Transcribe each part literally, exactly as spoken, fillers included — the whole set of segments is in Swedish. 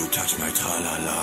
touch my tra-la-la.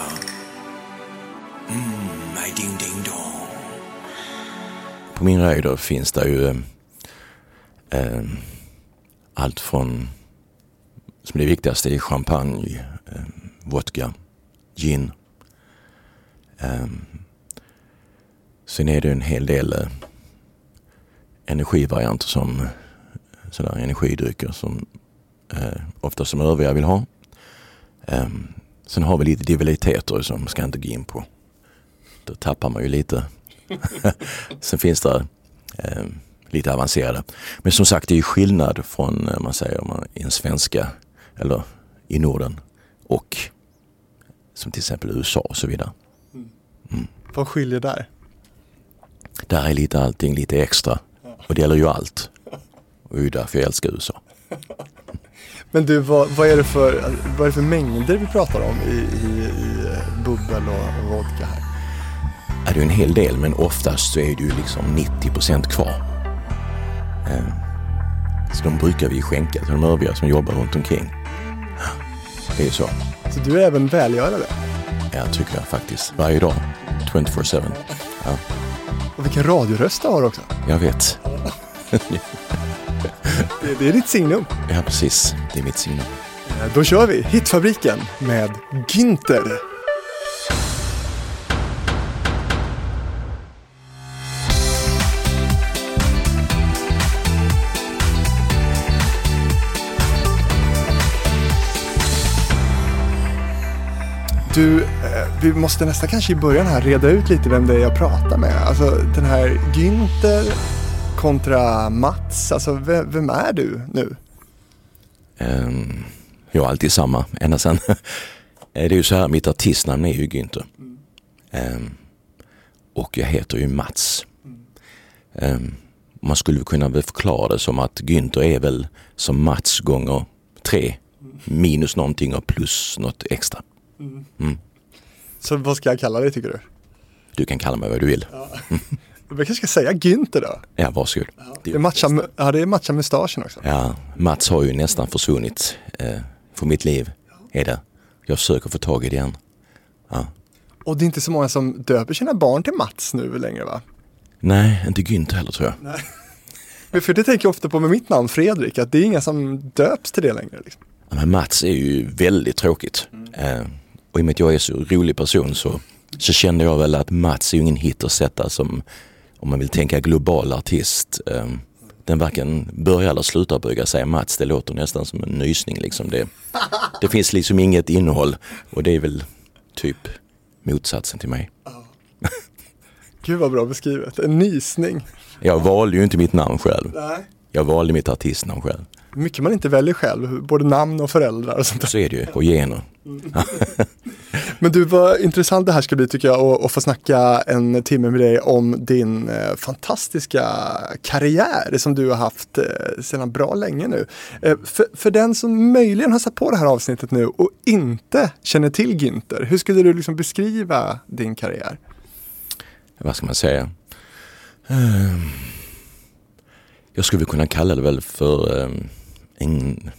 Mm, my ding-ding-dong. På min radar finns det ju eh, allt från, som det viktigaste är champagne, eh, vodka, gin. Eh, sen är det en hel del eh, energivarianter som sådär energidrycker som eh, ofta som övriga vill ha. Eh, sen har vi lite diviliteter som ska inte gå in på. Då tappar man ju lite. Sen finns det eh, lite avancerade. Men som sagt, det är ju skillnad från man säger man i en svenska eller i Norden och som till exempel U S A och så vidare. Mm. Vad skiljer där? Där är lite allting lite extra. Och det gäller ju allt. Och det är därför jag älskar U S A. Men du, vad, vad, är det för, vad är det för mängder vi pratar om i, i, i bubbel och, och vodka här? Är det en hel del, men oftast så är det ju liksom nittio procent kvar. Eh, så de brukar vi skänka till de övriga som jobbar runt omkring. Det är så. Så du är även välgörare? Ja, tycker jag faktiskt. Varje dag. tjugofyra sju. Ja. Och vilken radioröst du har också. Jag vet. det, det är ditt signum. Ja, precis. Det är mitt signum. Då kör vi Hitfabriken med Günther. Du, vi måste nästan kanske i början här reda ut lite vem det är jag pratar med. Alltså den här Günther kontra Mats. Alltså vem, vem är du nu? Um, jag är alltid samma. Ända sen. Det är ju så här, mitt artistnamn är ju Günther. Mm. Um, och jag heter ju Mats. Mm. Um, man skulle kunna väl förklara det som att Günther är väl som Mats gånger tre. Mm. Minus någonting och plus något extra. Mm. Mm. Så vad ska jag kalla dig, tycker du? Du kan kalla mig vad du vill. Ja. Jag kanske ska säga Günther då. Ja, varsågod. Ja. Det, det, matchar, ja, det matchar mustaschen också. Ja, Mats har ju nästan försvunnit eh, för mitt liv. Är det. Jag försöker få tag i det igen. Ja. Och det är inte så många som döper sina barn till Mats nu längre, va? Nej, inte Günther heller, tror jag. Nej. Men för det tänker jag ofta på med mitt namn Fredrik, att det är inga som döps till det längre. Liksom. Ja, men Mats är ju väldigt tråkigt. Mm. Eh, och i och med att jag är så rolig person så, så kände jag väl att Mats är ju ingen hit att sätta som, om man vill tänka global artist. Eh, den varken börjar eller slutar brukar säga Mats. Det låter nästan som en nysning. Liksom. Det, det finns liksom inget innehåll. Och det är väl typ motsatsen till mig. Gud vad bra beskrivet. En nysning. Jag valde ju inte mitt namn själv. Nej. Jag valde mitt artistnamn själv. Mycket man inte väljer själv. Både namn och föräldrar och sånt där. Så är det ju. Och gener. Mm. Men du, vad intressant det här ska bli, tycker jag, att få snacka en timme med dig om din eh, fantastiska karriär som du har haft eh, sedan bra länge nu. Eh, för, för den som möjligen har satt på det här avsnittet nu och inte känner till Günther, hur skulle du liksom beskriva din karriär? Vad ska man säga? Um, jag skulle kunna kalla det väl för um, en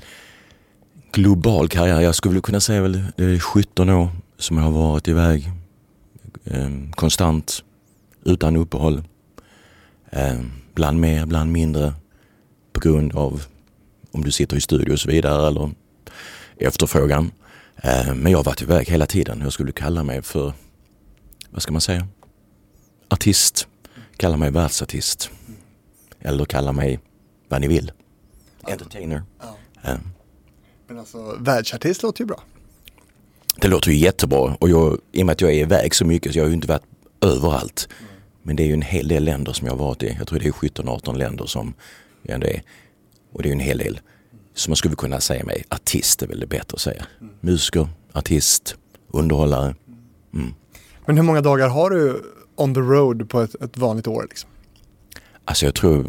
global karriär. Jag skulle kunna säga väl det är sjutton år som jag har varit iväg um, konstant utan uppehåll. Um, bland mer, bland mindre på grund av om du sitter i studio och så vidare eller efterfrågan. Um, men jag har varit iväg hela tiden. Jag skulle kalla mig för, vad ska man säga? Artist. Kalla mig världsartist. Eller kalla mig vad ni vill. Entertainer. Ja. Ja. Men alltså, världsartist låter ju bra. Det låter ju jättebra. Och jag, i och med att jag är iväg så mycket så jag har ju inte varit överallt. Mm. Men det är ju en hel del länder som jag har varit i. Jag tror det är sjutton arton länder som jag ändå är. Och det är ju en hel del. Så man skulle kunna säga mig artist är väl det bättre att säga. Mm. Musiker, artist, underhållare. Mm. Men hur många dagar har du on the road på ett, ett vanligt år liksom? Alltså jag tror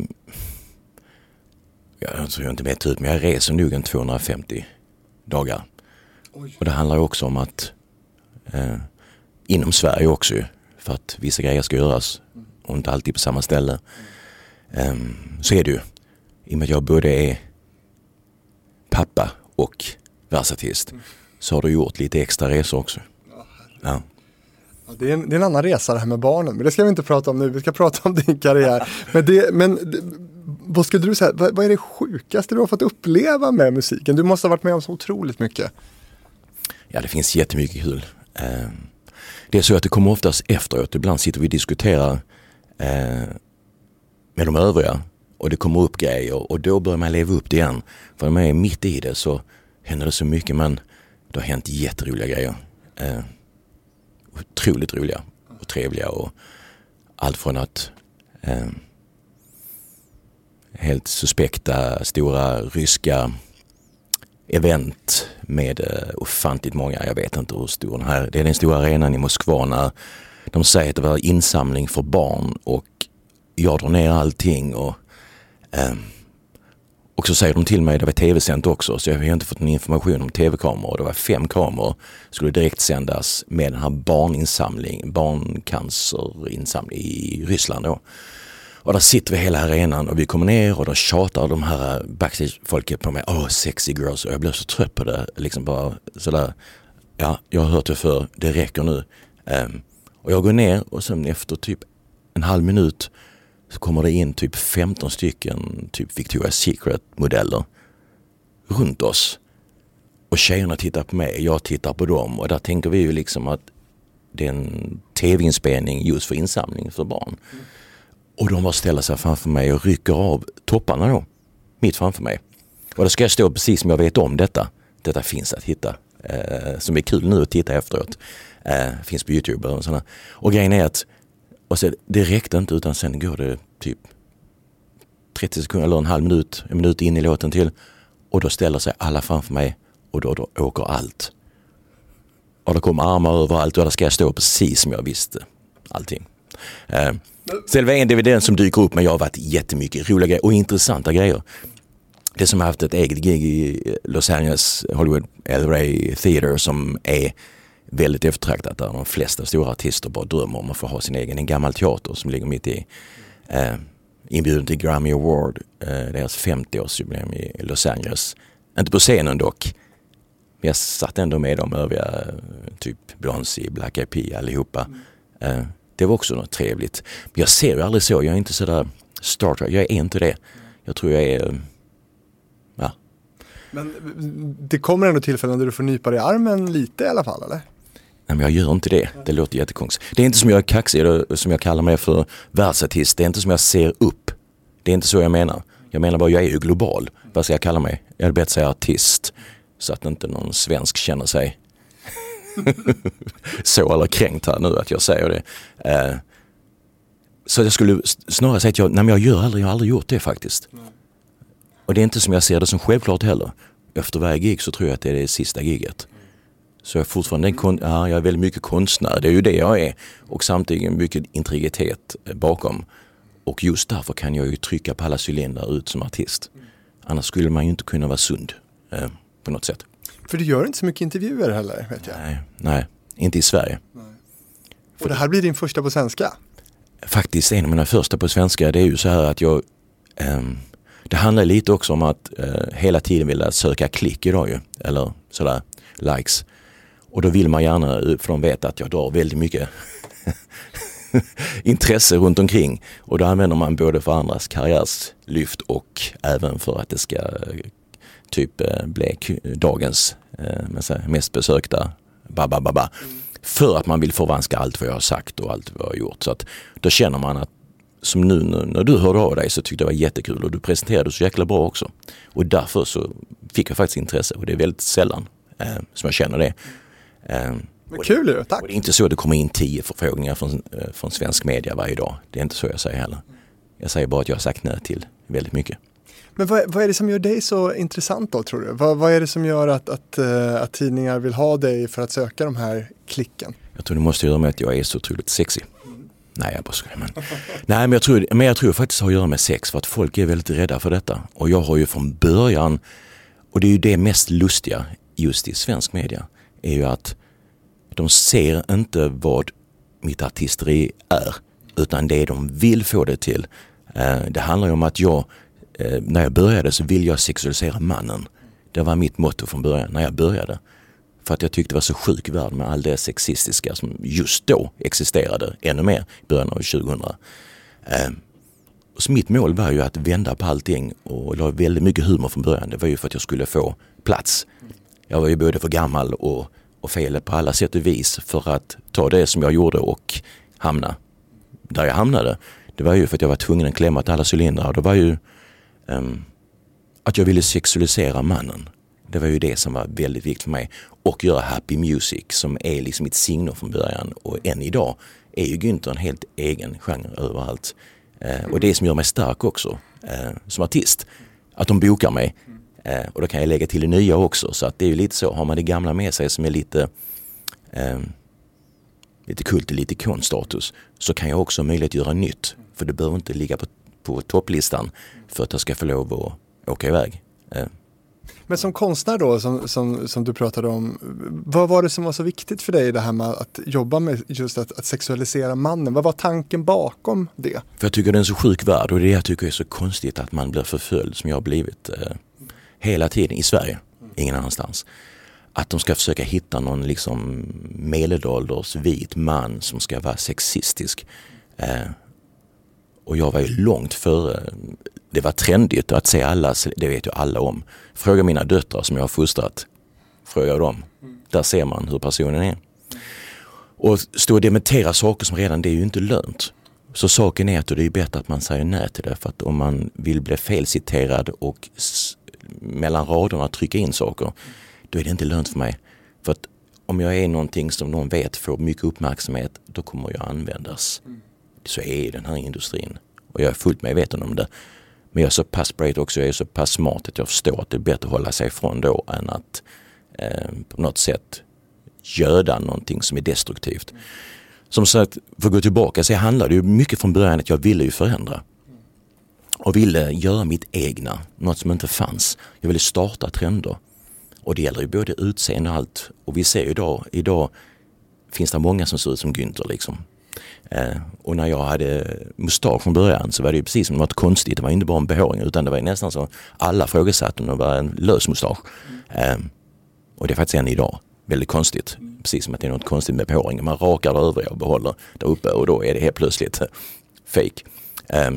jag tror jag inte vet ut men jag reser nog en tvåhundrafemtio dagar. Oj. Och det handlar också om att eh, inom Sverige också för att vissa grejer ska göras och inte alltid på samma ställe. Mm. Um, så är det ju. I och med att jag både är pappa och världsartist. Mm. så har du gjort lite extra resor också. Ja. Ja, det, är en, det är en annan resa det här med barnen, men det ska vi inte prata om nu. Vi ska prata om din karriär. Men, det, men vad skulle du säga, vad, vad är det sjukaste du har fått uppleva med musiken? Du måste ha varit med om så otroligt mycket. Ja, det finns jättemycket kul. Det är så att det kommer oftast efteråt. Ibland sitter vi och diskuterar med de övriga och det kommer upp grejer och då börjar man leva upp det igen. För när man är mitt i det så händer det så mycket, men det har hänt jätteroliga grejer. Otroligt roliga och trevliga och allt från att eh, helt suspekta stora ryska event med eh, ofantligt många, jag vet inte hur stor den här, det är den stora arenan i Moskva när de säger att det var insamling för barn och jag drar ner allting och eh, och så säger de till mig, det var tv-sänt också, så jag har inte fått någon information om tv-kameror. Det var fem kameror skulle direkt sändas med den här barninsamling, barncancerinsamling i Ryssland då. Och där sitter vi hela arenan och vi kommer ner och då tjatar de här backstage-folket på mig, åh, sexy girls, och jag blev så trött på det, liksom bara sådär, ja, jag har hört det för, det räcker nu. Um, och jag går ner och sen efter typ en halv minut så kommer det in typ femton stycken typ Victoria's Secret-modeller runt oss. Och tjejerna tittar på mig, jag tittar på dem. Och där tänker vi ju liksom att det är en tv-inspelning just för insamling för barn. Mm. Och de bara ställer sig framför mig och rycker av topparna då, mitt framför mig. Och då ska jag stå precis som jag vet om detta. Detta finns att hitta. Eh, som är kul nu att titta efteråt. Eh, finns på YouTube och sådana. Och grejen är att och så, det räckte inte, utan sen går det typ trettio sekunder eller en halv minut, en minut in i låten till. Och då ställer sig alla framför mig och då, då åker allt. Och då kommer armar överallt och då ska jag stå precis som jag visste. Allting. Eh, Själva en D V D som dyker upp, men jag har varit jättemycket roliga grejer och intressanta grejer. Det som har haft ett eget gig i Los Angeles Hollywood El Rey Theater som är väldigt eftertraktat, där de flesta stora artister bara drömmer om att få ha sin egen, en gammal teater som ligger mitt i eh, inbjuden till Grammy Award, eh, deras femtioårsjubileum i Los Angeles. Inte på scenen dock, men jag satt ändå med de övriga, typ Beyoncé, Black Eyed Peas, allihopa. Eh, det var också något trevligt. Men jag ser ju aldrig så, jag är inte sådär Star Trek, jag är inte det. Jag tror jag är, ja. Men det kommer ändå tillfällen där du får nypa dig i armen lite i alla fall, eller? Nej, men jag gör inte det. Det låter jättekonstigt. Det är inte som jag är kaxig, eller som jag kallar mig för världsartist. Det är inte som jag ser upp. Det är inte så jag menar. Jag menar bara, jag är ju global. Vad ska jag kalla mig? Jag hade bett säga artist. Så att inte någon svensk känner sig så eller kränkt här nu att jag säger det. Uh, så jag skulle snarare säga att jag, nej, men jag gör aldrig, jag har aldrig gjort det faktiskt. Nej. Och det är inte som jag ser det som självklart heller. Efter varje gig så tror jag att det är det sista giget. Så jag är fortfarande en kon- ja, jag är väldigt mycket konstnär. Det är ju det jag är. Och samtidigt mycket integritet bakom. Och just därför kan jag ju trycka på alla cylindrar ut som artist. Annars skulle man ju inte kunna vara sund eh, på något sätt. För du gör inte så mycket intervjuer heller, vet jag. Nej, nej, inte i Sverige. Nej. Och det här blir din första på svenska? Faktiskt en av mina första på svenska. Det är ju så här att jag... Eh, det handlar lite också om att eh, hela tiden vilja söka klick idag ju. Eller sådär, likes. Och då vill man gärna, för de vet att jag drar väldigt mycket intresse runt omkring. Och då använder man både för andras karriärslyft och även för att det ska typ bli dagens mest besökta baba baba. För att man vill förvanska allt vad jag har sagt och allt vad jag har gjort. Så att då känner man att, som nu när du hörde av dig så tyckte jag det var jättekul och du presenterade så jäkla bra också. Och därför så fick jag faktiskt intresse och det är väldigt sällan eh, som jag känner det. Um, Men kul ju, tack. Och det är inte så att det kommer in tio förfrågningar från, från svensk media varje dag. Det är inte så jag säger heller. Jag säger bara att jag har sagt nej till väldigt mycket. Men vad, vad är det som gör dig så intressant då, tror du? Vad, vad är det som gör att, att, att tidningar vill ha dig för att söka de här klicken? Jag tror det måste göra med att jag är så otroligt sexy. Mm. Nej, jag bara skojar. Men, nej, men jag, tror, men jag tror faktiskt det har att göra med sex, för att folk är väldigt rädda för detta. Och jag har ju från början, och det är ju det mest lustiga just i svensk media, är ju att de ser inte vad mitt artisteri är, utan det de vill få det till. Det handlar ju om att jag, när jag började så vill jag sexualisera mannen. Det var mitt motto från början när jag började. För att jag tyckte det var så sjuk värld med all det sexistiska som just då existerade ännu mer i början av tjugohundra. Eh, så mitt mål var ju att vända på allting och la väldigt mycket humor från början. Det var ju för att jag skulle få plats. Jag var ju både för gammal och, och fel på alla sätt och vis för att ta det som jag gjorde och hamna där jag hamnade. Det var ju för att jag var tvungen att klämma till alla cylindrar. Det var ju um, att jag ville sexualisera mannen. Det var ju det som var väldigt viktigt för mig. Och göra happy music som är liksom ett signum från början. Och än idag är ju Günther en helt egen genre överallt. Uh, och det som gör mig stark också uh, som artist. Att de bokar mig. Uh, och då kan jag lägga till det nya också. Så att det är ju lite så. Har man det gamla med sig som är lite... Um, lite kult och lite konststatus, så kan jag också ha möjlighet att göra nytt. För det behöver inte ligga på, på topplistan för att jag ska få lov att åka iväg. Eh. Men som konstnär då, som, som, som du pratade om, vad var det som var så viktigt för dig det här med att jobba med just att, att sexualisera mannen? Vad var tanken bakom det? För jag tycker det är en så sjuk värld och det jag tycker är så konstigt att man blir förföljd som jag har blivit eh, hela tiden i Sverige, ingen annanstans. Att de ska försöka hitta någon liksom medelålders vit man som ska vara sexistisk. Eh, och jag var ju långt före. Det var trendigt att se alla, det vet ju alla om. Fråga mina döttrar som jag har fostrat. Fråga dem. Där ser man hur personen är. Och stå och dementera saker som redan, det är ju inte lönt. Så saken är att det är bättre att man säger nej till det. För att om man vill bli felciterad och s- mellan raderna trycka in saker, då är det inte lönt för mig. För att om jag är någonting som någon vet får mycket uppmärksamhet, då kommer jag användas. Mm. Så är den här industrin. Och jag är fullt medveten om det. Men jag är så pass brett också, jag är så pass smart att jag förstår att det är bättre att hålla sig ifrån då än att eh, på något sätt göda någonting som är destruktivt. Mm. Som sagt, för att gå tillbaka så handlade det ju mycket från början att jag ville ju förändra. Och ville göra mitt egna, något som inte fanns. Jag ville starta trender. Och det gäller ju både utseende och allt. Och vi ser ju idag, idag finns det många som ser ut som Günther liksom. Eh, och när jag hade mustasch från början så var det ju precis som något konstigt. Det var inte bara en behåring utan det var nästan så alla frågesatte om det var en lös mustasch. Eh, och det är faktiskt än idag väldigt konstigt. Precis som att det är något konstigt med behåringen. Man rakar det övriga och behåller där uppe och då är det helt plötsligt fake. Eh,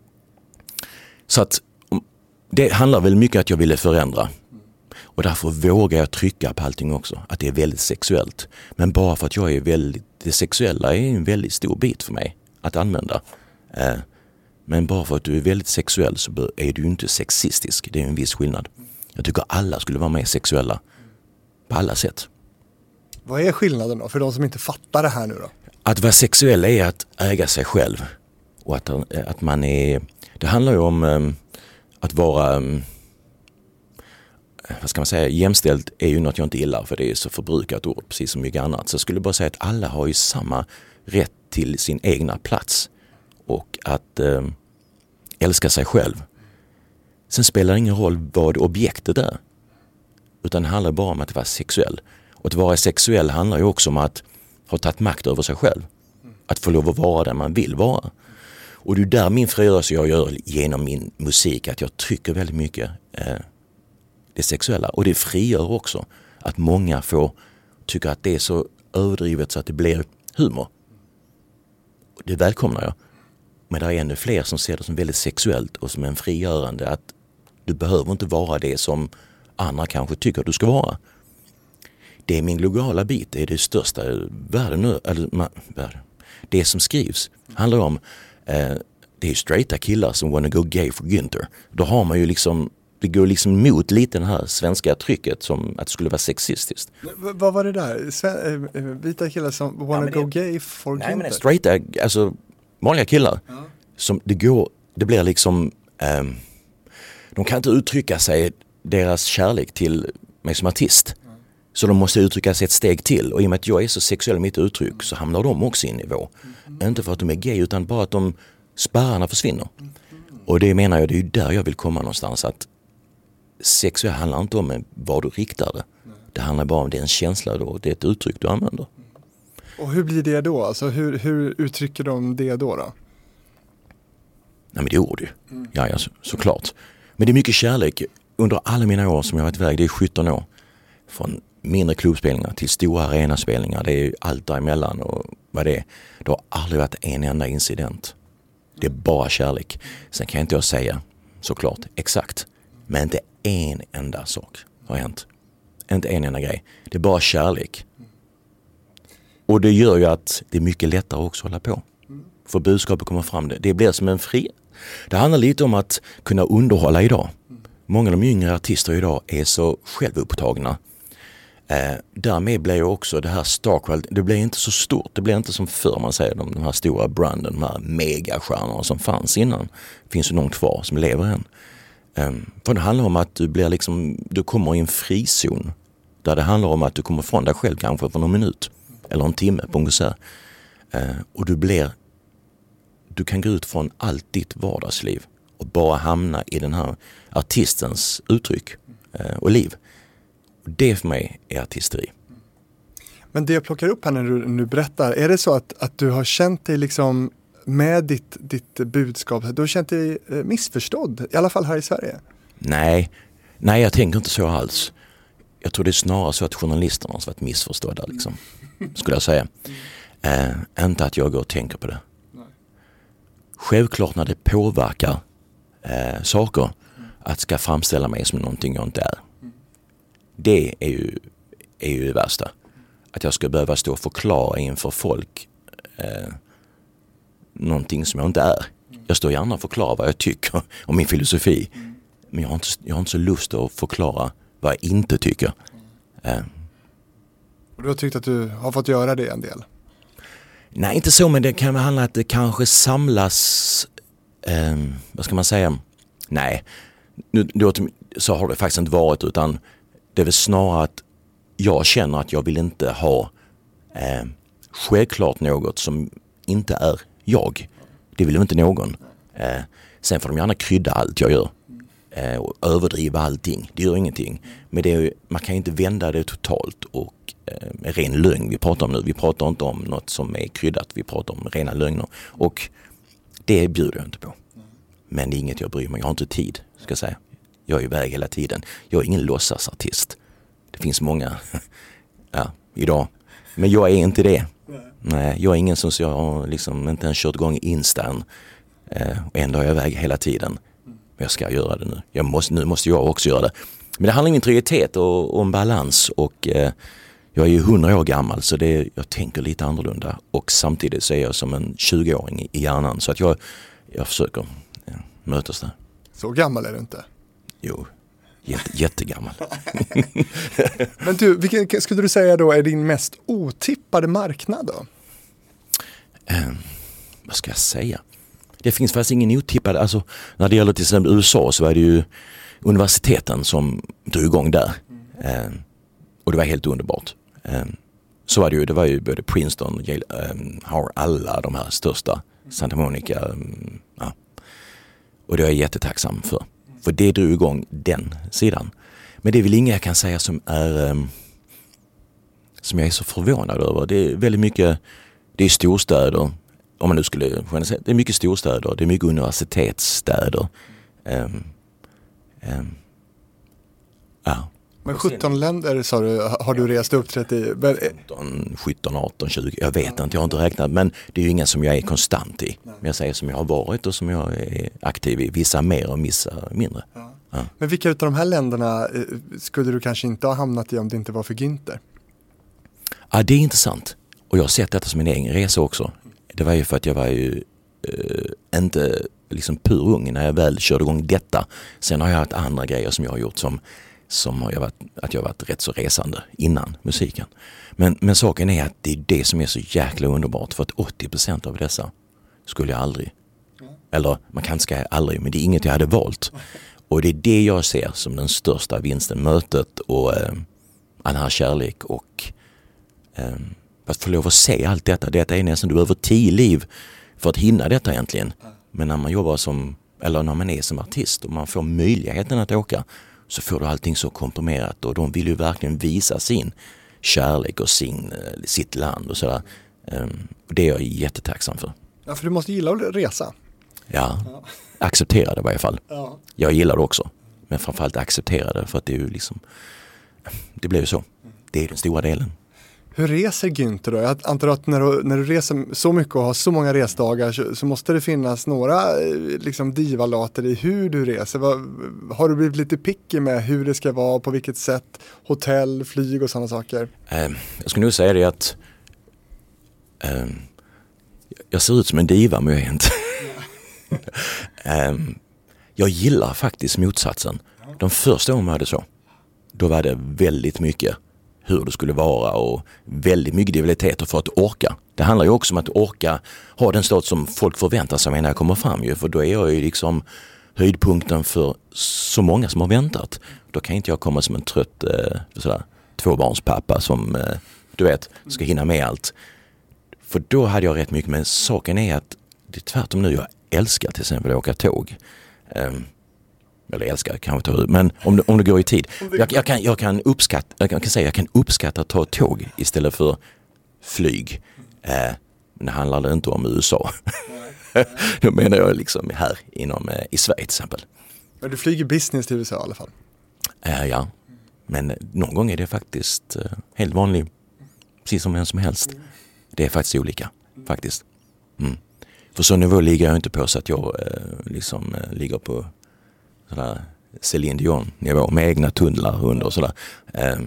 så att det handlar väl mycket om att jag ville förändra. Och därför vågar jag trycka på allting också. Att det är väldigt sexuellt. Men bara för att jag är väldigt... Det sexuella är en väldigt stor bit för mig att använda. Eh, men bara för att du är väldigt sexuell så är du inte sexistisk. Det är en viss skillnad. Jag tycker alla skulle vara mer sexuella. På alla sätt. Vad är skillnaden då? För de som inte fattar det här nu då? Att vara sexuell är att äga sig själv. Och att, att man är... Det handlar ju om um, att vara... Um, vad ska man säga, jämställt är ju något jag inte gillar för det är så förbrukat ord precis som mycket annat. Så jag skulle bara säga att alla har ju samma rätt till sin egna plats och att eh, älska sig själv. Sen spelar det ingen roll vad objektet är utan det handlar bara om att vara sexuell. Och att vara sexuell handlar ju också om att ha tagit makt över sig själv. Att få lov att vara där man vill vara. Och det är där min frigörelse jag gör genom min musik att jag trycker väldigt mycket eh, det sexuella. Och det frigör också att många får tycka att det är så överdrivet så att det blir humor. Det välkomnar jag. Men det är ännu fler som ser det som väldigt sexuellt och som en frigörande att du behöver inte vara det som andra kanske tycker att du ska vara. Det är min globala bit, det är det största världen nu. Eller, världen. Det som skrivs handlar om eh, det är straighta killar som wanna go gay for Günther. Då har man ju liksom det går liksom mot lite det här svenska trycket som att det skulle vara sexistiskt. V- vad var det där? Sven- äh, vita killar som wanna ja, go det, gay for nej, men straighta, alltså vanliga killar. Ja. Som det går, det blir liksom um, de kan inte uttrycka sig deras kärlek till mig som artist. Ja. Så de måste uttrycka sig ett steg till. Och i och med att jag är så sexuell i mitt uttryck mm. så hamnar de också i en nivå. Mm. Inte för att de är gay utan bara att de spärrarna försvinner. Mm. Och det menar jag, det är ju där jag vill komma någonstans att sexuellt handlar inte om vad du riktar det. Nej. Det handlar bara om det är en känsla då. Det är ett uttryck du använder. Och hur blir det då? Alltså hur, hur uttrycker de det då? då? Nej men det är ord ju. Mm. Ja, ja så, såklart. Men det är mycket kärlek. Under alla mina år som jag har varit iväg, det är sjutton år. Från mindre klubbspelningar till stora arenaspelningar. Det är ju allt däremellan och vad det är. Det har aldrig varit en enda incident. Det är bara kärlek. Sen kan jag inte jag säga såklart exakt. Men inte en enda sak har hänt. Inte en enda grej. Det är bara kärlek. Och det gör ju att det är mycket lättare också att hålla på. För budskapet kommer fram. Det, det blir som en fri. Det handlar lite om att kunna underhålla idag. Många av de yngre artister idag är så självupptagna. Eh, därmed blir ju också det här Starcraft, det blir inte så stort. Det blir inte som förr man säger, de, de här stora branden, de här megastjärnorna som fanns innan. Det finns ju någon kvar som lever än. Eh, för det handlar om att du blir liksom, du kommer i en frizon. Där det handlar om att du kommer från dig själv kanske för någon minut. Eller en timme på en konsert. Eh, och du blir, du kan gå ut från allt ditt vardagsliv. Och bara hamna i den här artistens uttryck eh, och liv. Och det för mig är artisteri. Men det jag plockar upp här när du nu berättar, är det så att, att du har känt dig liksom med ditt, ditt budskap, du har känt dig eh, missförstådd, i alla fall här i Sverige? Nej, nej jag tänker inte så alls. Jag tror det är snarare så att journalisterna har varit missförstådda liksom, skulle jag säga. Eh, inte att jag går och tänker på det. Självklart när det påverkar eh, saker mm. att ska framställa mig som någonting jag inte är. Mm. Det är ju, är ju det värsta. Att jag ska behöva stå och förklara inför folk eh, någonting som jag inte är. Mm. Jag står gärna och förklarar vad jag tycker om min filosofi. Mm. Men jag har, inte, jag har inte så lust att förklara vad jag inte tycker. Mm. Eh. Och du har tyckt att du har fått göra det en del? Nej, inte så, men det kan väl handla om att det kanske samlas, eh, vad ska man säga, nej, nu, då, så har det faktiskt inte varit, utan det är väl snarare att jag känner att jag vill inte ha eh, självklart något som inte är jag. Det vill ju inte någon. Eh, sen får de gärna krydda allt jag gör eh, och överdriva allting, det gör ingenting. Men det är, man kan ju inte vända det totalt och en ren lögn vi pratar om nu. Vi pratar inte om något som är kryddat. Vi pratar om rena lögner. Och det bjuder jag inte på. Men det är inget jag bryr mig. Jag har inte tid, ska jag säga. Jag är iväg hela tiden. Jag är ingen låtsasartist. Det finns många ja, idag. Men jag är inte det. Nej, jag är ingen som så jag har liksom inte ens kört igång Instan. Eh, och ändå är jag iväg hela tiden. Men jag ska göra det nu. Jag måste, nu måste jag också göra det. Men det handlar om integritet och, och en balans. Och eh, jag är ju hundra år gammal, så det, jag tänker lite annorlunda. Och samtidigt så är jag som en tjugoåring i hjärnan. Så att jag, jag försöker ja, mötas där. Så gammal är du inte? Jo, jätte, jättegammal. Men du, vilken skulle du säga då är din mest otippade marknad då? Eh, vad ska jag säga? Det finns faktiskt ingen otippad. Alltså, när det gäller till exempel U S A så är det ju universiteten som drog igång där. Mm. Eh, och det var helt underbart. Eh, så var det ju, det var ju både Princeton, Yale, eh, har alla de här största, Santa Monica. Eh, ja. Och det är jag jättetacksam för. För det drog igång den sidan. Men det är väl inget jag kan säga som är eh, som jag är så förvånad över. Det är väldigt mycket, det är storstäder. Om man nu skulle säga, det är mycket storstäder, det är mycket universitetsstäder. Um, um, ja. Men sjutton länder sa du, har du rest upp trettio? femton, sjutton, arton, tjugo, jag vet ja. inte, jag har inte räknat. Men det är ju inga som jag är konstant i. Men jag säger som jag har varit och som jag är aktiv i. Vissa mer och vissa mindre. Ja. Ja. Men vilka av de här länderna skulle du kanske inte ha hamnat i om det inte var för Günther? Ja, det är intressant. Och jag har sett detta som en egen resa också. Det var ju för att jag var ju eh, inte liksom pur ung när jag väl körde igång detta. Sen har jag haft andra grejer som jag har gjort som, som har jag varit, att jag har varit rätt så resande innan musiken. Men, men saken är att det är det som är så jäkla underbart, för att åttio procent av dessa skulle jag aldrig, eller man kan inte säga aldrig, men det är inget jag hade valt. Och det är det jag ser som den största vinsten, mötet och eh, all här kärlek och eh, att få lov att se allt detta. Detta är nästan, du behöver tio liv för att hinna detta egentligen. Men när man jobbar som, eller när man är som artist och man får möjligheten att åka, så får du allting så komprimerat. Och de vill ju verkligen visa sin kärlek och sin, sitt land och sådär. Um, det är jag jättetacksam för. Ja, för du måste gilla att resa. Ja, ja. Acceptera det i varje fall. Ja. Jag gillar det också. Men framförallt acceptera det, för att det är ju liksom, det blev ju så. det är den stora delen. Hur reser Günther då? Jag antar att när du, när du reser så mycket och har så många resdagar så, så måste det finnas några liksom, divalater i hur du reser. Vad, har du blivit lite picky med hur det ska vara, på vilket sätt, hotell, flyg och sådana saker? Eh, jag skulle nog säga det att eh, jag ser ut som en diva, men jag är inte. eh, jag gillar faktiskt motsatsen. De första åren var det så. Då var det väldigt mycket hur det skulle vara och väldigt mycket diviliteter för att orka. Det handlar ju också om att orka ha den status som folk förväntar sig när jag kommer fram ju, för då är jag ju liksom höjdpunkten för så många som har väntat. Då kan inte jag komma som en trött eh, sådär, tvåbarnspappa som eh, du vet, ska hinna med allt. För då hade jag rätt mycket, men saken är att det är tvärtom nu. Jag älskar till exempel att åka tåg. Um, eller älskar kanske ta ut, men om det, om det går i tid. Jag, jag, kan, jag, kan uppskatta, jag kan säga jag kan uppskatta att ta tåg istället för flyg. Uh, men det handlar det inte om U S A. Då menar jag liksom här inom, uh, i Sverige till exempel. Men du flyger business till U S A i alla fall? Uh, ja, men någon gång är det faktiskt uh, helt vanlig, precis som vem som helst. Det är faktiskt olika, faktiskt. Mm. För så nivå ligger jag inte på så att jag uh, liksom uh, ligger på sådär Céline Dion nivå med egna tunnlar under och sådär. Uh,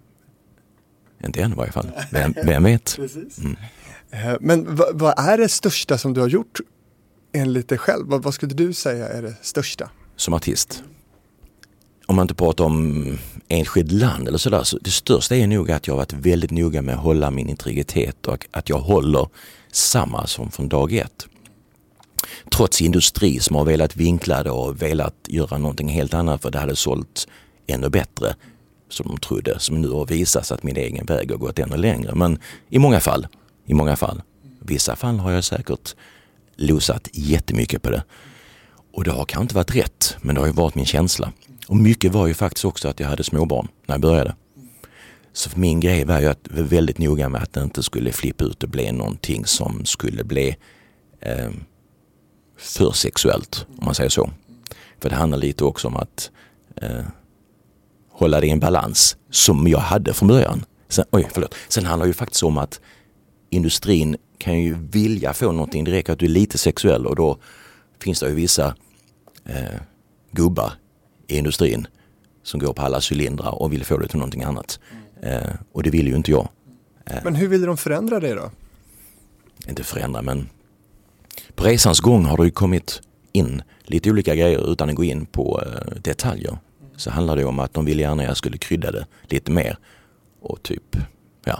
inte än i varje fall. Vem, vem vet? Mm. Uh, men vad, vad är det största som du har gjort enligt dig själv? Vad, vad skulle du säga är det största? Som artist. Om man inte pratar om enskild land eller sådär, så det största är nog att jag har varit väldigt noga med att hålla min integritet och att jag håller samma som från dag ett. Trots industri som har velat vinkla det och velat göra någonting helt annat för det hade sålt ännu bättre som de trodde, som nu har visat att min egen väg har gått ännu längre. Men i många fall, i många fall, vissa fall har jag säkert losat jättemycket på det. Och det har kanske inte varit rätt, men det har ju varit min känsla. Och mycket var ju faktiskt också att jag hade småbarn när jag började. Så för min grej var ju att jag var väldigt noga med att det inte skulle flippa ut och bli någonting som skulle bli eh, för sexuellt, om man säger så. För det handlar lite också om att eh, hålla det i en balans som jag hade från början. Sen, oj, förlåt. Sen handlar det ju faktiskt om att industrin kan ju vilja få någonting. Det räcker att du är lite sexuell och då finns det ju vissa eh, gubbar i industrin som går på alla cylindrar och vill få det till någonting annat. Eh, och det vill ju inte jag. Eh, men hur vill de förändra det då? Inte förändra, men på resans gång har det ju kommit in lite olika grejer utan att gå in på eh, detaljer. Så handlar det om att de vill gärna att jag skulle krydda det lite mer och typ, ja,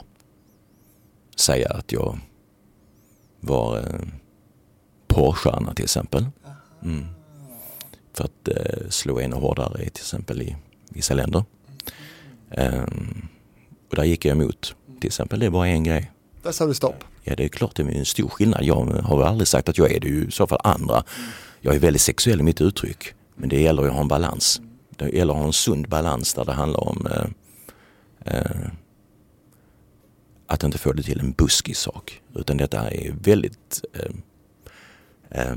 säga att jag var eh, porrstjärna till exempel. Mm. För att eh, slå ännu hårdare till exempel i vissa länder. Um, och där gick jag emot. Till exempel, det var en grej. Där sa du stopp. Ja, det är klart det är en stor skillnad. Jag har väl aldrig sagt att jag är det, ju i så fall andra. Jag är väldigt sexuell i mitt uttryck. Men det gäller att ha en balans. Det gäller att ha en sund balans där det handlar om eh, eh, att inte få det till en buskig sak. Utan detta är väldigt eh, eh,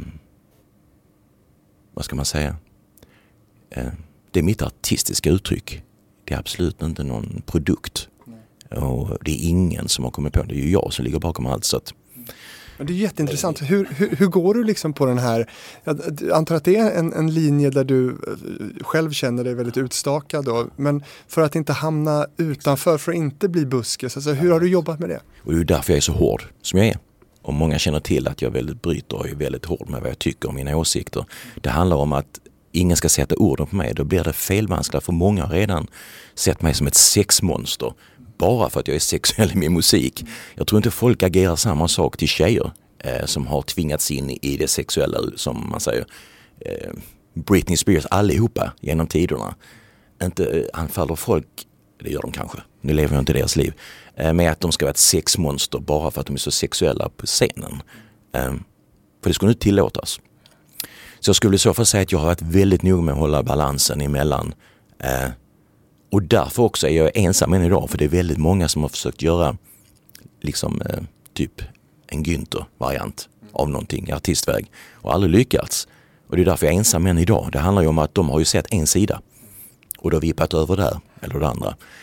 vad ska man säga? Eh, det är mitt artistiska uttryck. Det är absolut inte någon produkt. Nej. Och det är ingen som har kommit på det. Det är ju jag som ligger bakom allt. Så att, men det är jätteintressant. Hur, hur, hur går du liksom på den här? Jag antar att det är en, en linje där du själv känner dig väldigt utstakad. Då, men för att inte hamna utanför, för att inte bli buskis. Alltså, hur har du jobbat med det? Och det är därför jag är så hård som jag är. Och många känner till att jag väldigt bryter och är väldigt hård med vad jag tycker om mina åsikter. Det handlar om att ingen ska sätta orden på mig. Då blir det felvanskligt, för många har redan sett mig som ett sexmonster. Bara för att jag är sexuell i min musik. Jag tror inte folk agerar samma sak till tjejer eh, som har tvingats in i det sexuella, som man säger. Eh, Britney Spears, allihopa genom tiderna. Inte eh, anfaller folk, det gör de kanske. Nu lever jag inte deras liv. Eh, med att de ska vara ett sexmonster bara för att de är så sexuella på scenen. Eh, för det skulle inte tillåtas. Så jag skulle i så fall säga att jag har varit väldigt noga med att hålla balansen emellan. Eh, och därför också är jag ensam än idag. För det är väldigt många som har försökt göra liksom eh, typ en Günther-variant av någonting i artistväg. Och aldrig lyckats. Och det är därför jag är ensam än idag. Det handlar ju om att de har ju sett en sida. Och då har vippat över där, eller det andra.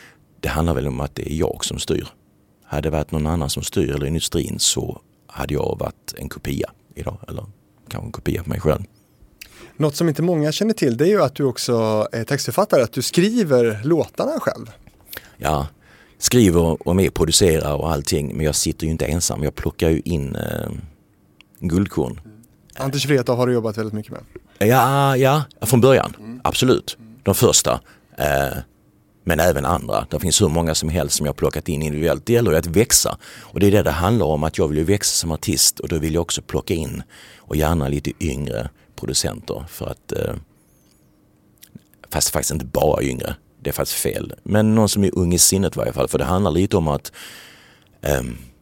det handlar väl om att det är jag som styr. Hade det varit någon annan som styr eller industrin så hade jag varit en kopia idag. Eller kanske en kopia på mig själv. Något som inte många känner till, det är ju att du också är textförfattare, att du skriver låtarna själv. Ja, skriver och med producerar och allting, men jag sitter ju inte ensam. Jag plockar ju in eh, guldkorn. Anders Wrethov har du jobbat väldigt mycket med. Ja, ja från början. Mm. Absolut. De första. Eh, men även andra. Det finns hur många som helst som jag har plockat in individuellt. Det gäller ju att växa. Och det är det det handlar om, att jag vill ju växa som artist. Och då vill jag också plocka in, och gärna lite yngre producenter. För att, eh, fast faktiskt inte bara yngre. Det är faktiskt fel. Men någon som är ung i sinnet i varje fall. För det handlar lite om att eh,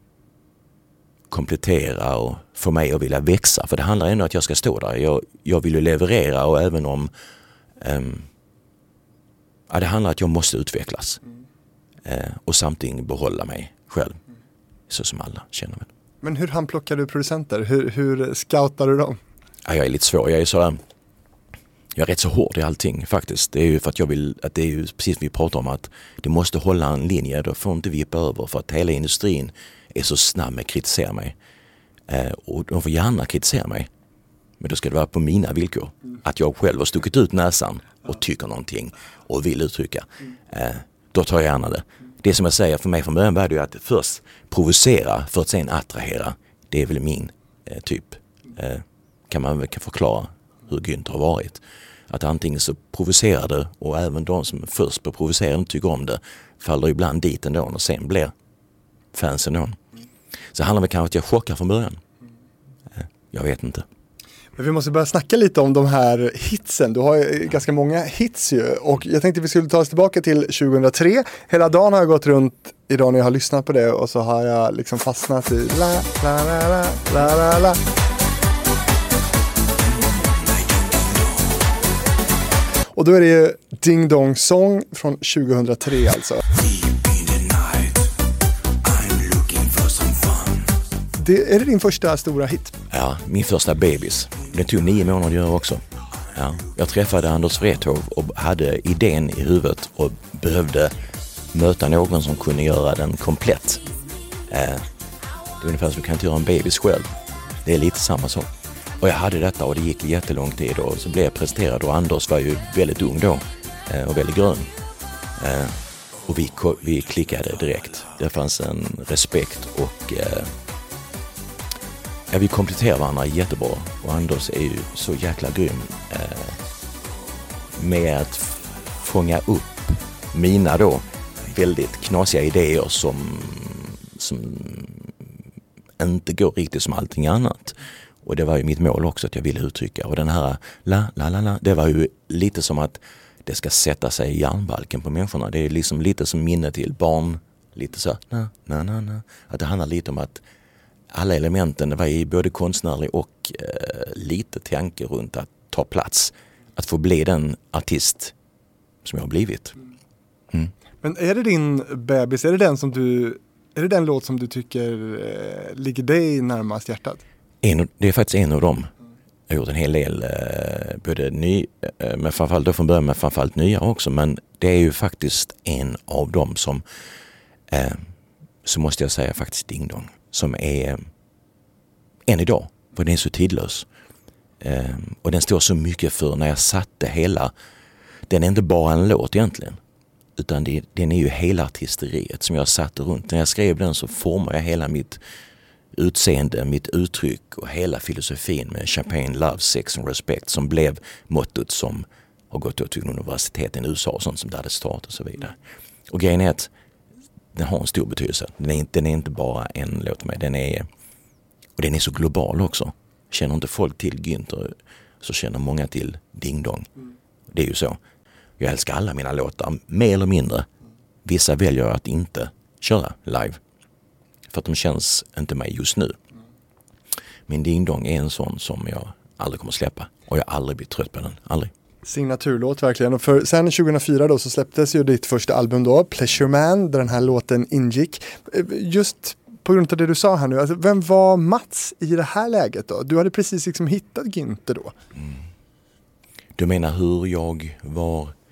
komplettera och få mig att vilja växa. För det handlar ändå om att jag ska stå där. Jag, jag vill ju leverera, och även om um, ja, det handlar om att jag måste utvecklas. Mm. Uh, och samtidigt behålla mig själv. Mm. Så som alla känner väl. Men hur handplockar du producenter? Hur, hur scoutar du dem? Ja, jag är lite svår. Jag är sådär, jag är rätt så hård i allting faktiskt. Det är ju för att jag vill, att det är ju precis som vi pratar om, att det måste hålla en linje. Då får inte vippa över, för att hela industrin är så snabb med att kritisera mig. Eh, och de får gärna kritisera mig. Men då ska det vara på mina villkor. Mm. Att jag själv har stuckit ut näsan och tycker någonting och vill uttrycka. Eh, då tar jag gärna det. Det som jag säger för mig från början var det ju att först provocera för att sen attrahera. Det är väl min eh, typ. Eh, kan man väl förklara hur Günther har varit. Att antingen så provocerar det, och även de som först på provocera tycker om det faller ibland dit ändå, och sen blir fansen då. Så handlar det kanske att jag chockar från början. Jag vet inte. Men vi måste börja snacka lite om de här hitsen. Du har ju ganska många hits ju. Och jag tänkte vi skulle ta oss tillbaka till tjugohundratre. Hela dagen har jag gått runt idag när jag har lyssnat på det. Och så har jag liksom fastnat i la, la, la, la, la, la, la. Och då är det ju Ding Dong Song från tjugohundratre alltså. Det, är det din första stora hit? Ja, min första bebis. Den tog nio månader att göra också. Ja, jag träffade Anders Wrethov och hade idén i huvudet och behövde möta någon som kunde göra den komplett. Eh, det är ungefär som du kan inte göra en bebis själv. Det är lite samma sak. Och jag hade detta, och det gick jättelång tid, och så blev jag presenterad, och Anders var ju väldigt ung då eh, och väldigt grön. Eh, och vi, vi klickade direkt. Det fanns en respekt, och eh, ja, vi kompletterar varandra jättebra, och Anders är ju så jäkla grym eh, med att f- fånga upp mina då väldigt knasiga idéer som, som inte går riktigt som allting annat. Och det var ju mitt mål också, att jag ville uttrycka. Och den här la la la la, det var ju lite som att det ska sätta sig i hjärnbalken på människorna. Det är liksom lite som minne till barn, lite så na na na na. Att det handlar lite om att alla elementen, det var i både konstnärlig och eh, lite tanke runt att ta plats. Att få bli den artist som jag har blivit. Mm. Men är det din bebis, är det den som du, är det den låt som du tycker eh, ligger dig närmast hjärtat? En, det är faktiskt en av dem. Jag har gjort en hel del, eh, både ny, eh, men framförallt då från början med framförallt nya också. Men det är ju faktiskt en av dem som, eh, så måste jag säga faktiskt Ding Dong. Som är än idag, för den är så tidlös. Eh, och den står så mycket för när jag satte hela, den är inte bara en låt egentligen, utan det, den är ju hela artisteriet som jag satte runt. När jag skrev den så formade jag hela mitt utseende, mitt uttryck och hela filosofin med Champagne, Love, Sex and Respect, som blev mottot som har gått till universiteten i U S A och sånt som det hade startat och så vidare. Och grejen är att den har en stor betydelse. Den är inte, den är inte bara en låt med, den är, och den är så global också. Känner inte folk till Günther så känner många till Ding Dong. Mm. Det är ju så. Jag älskar alla mina låtar, mer eller mindre. Vissa väljer att inte köra live. För att de känns inte mig just nu. Men Ding Dong är en sån som jag aldrig kommer släppa. Och jag har aldrig blivit trött på den. Aldrig. Signaturlåt verkligen. Och för, sen tjugohundrafyra då så släpptes ju ditt första album då, Pleasure Man, där den här låten ingick. Just på grund av det du sa här nu, alltså, vem var Mats i det här läget då? Du hade precis liksom hittat Günther då. Mm. Du menar hur jag var?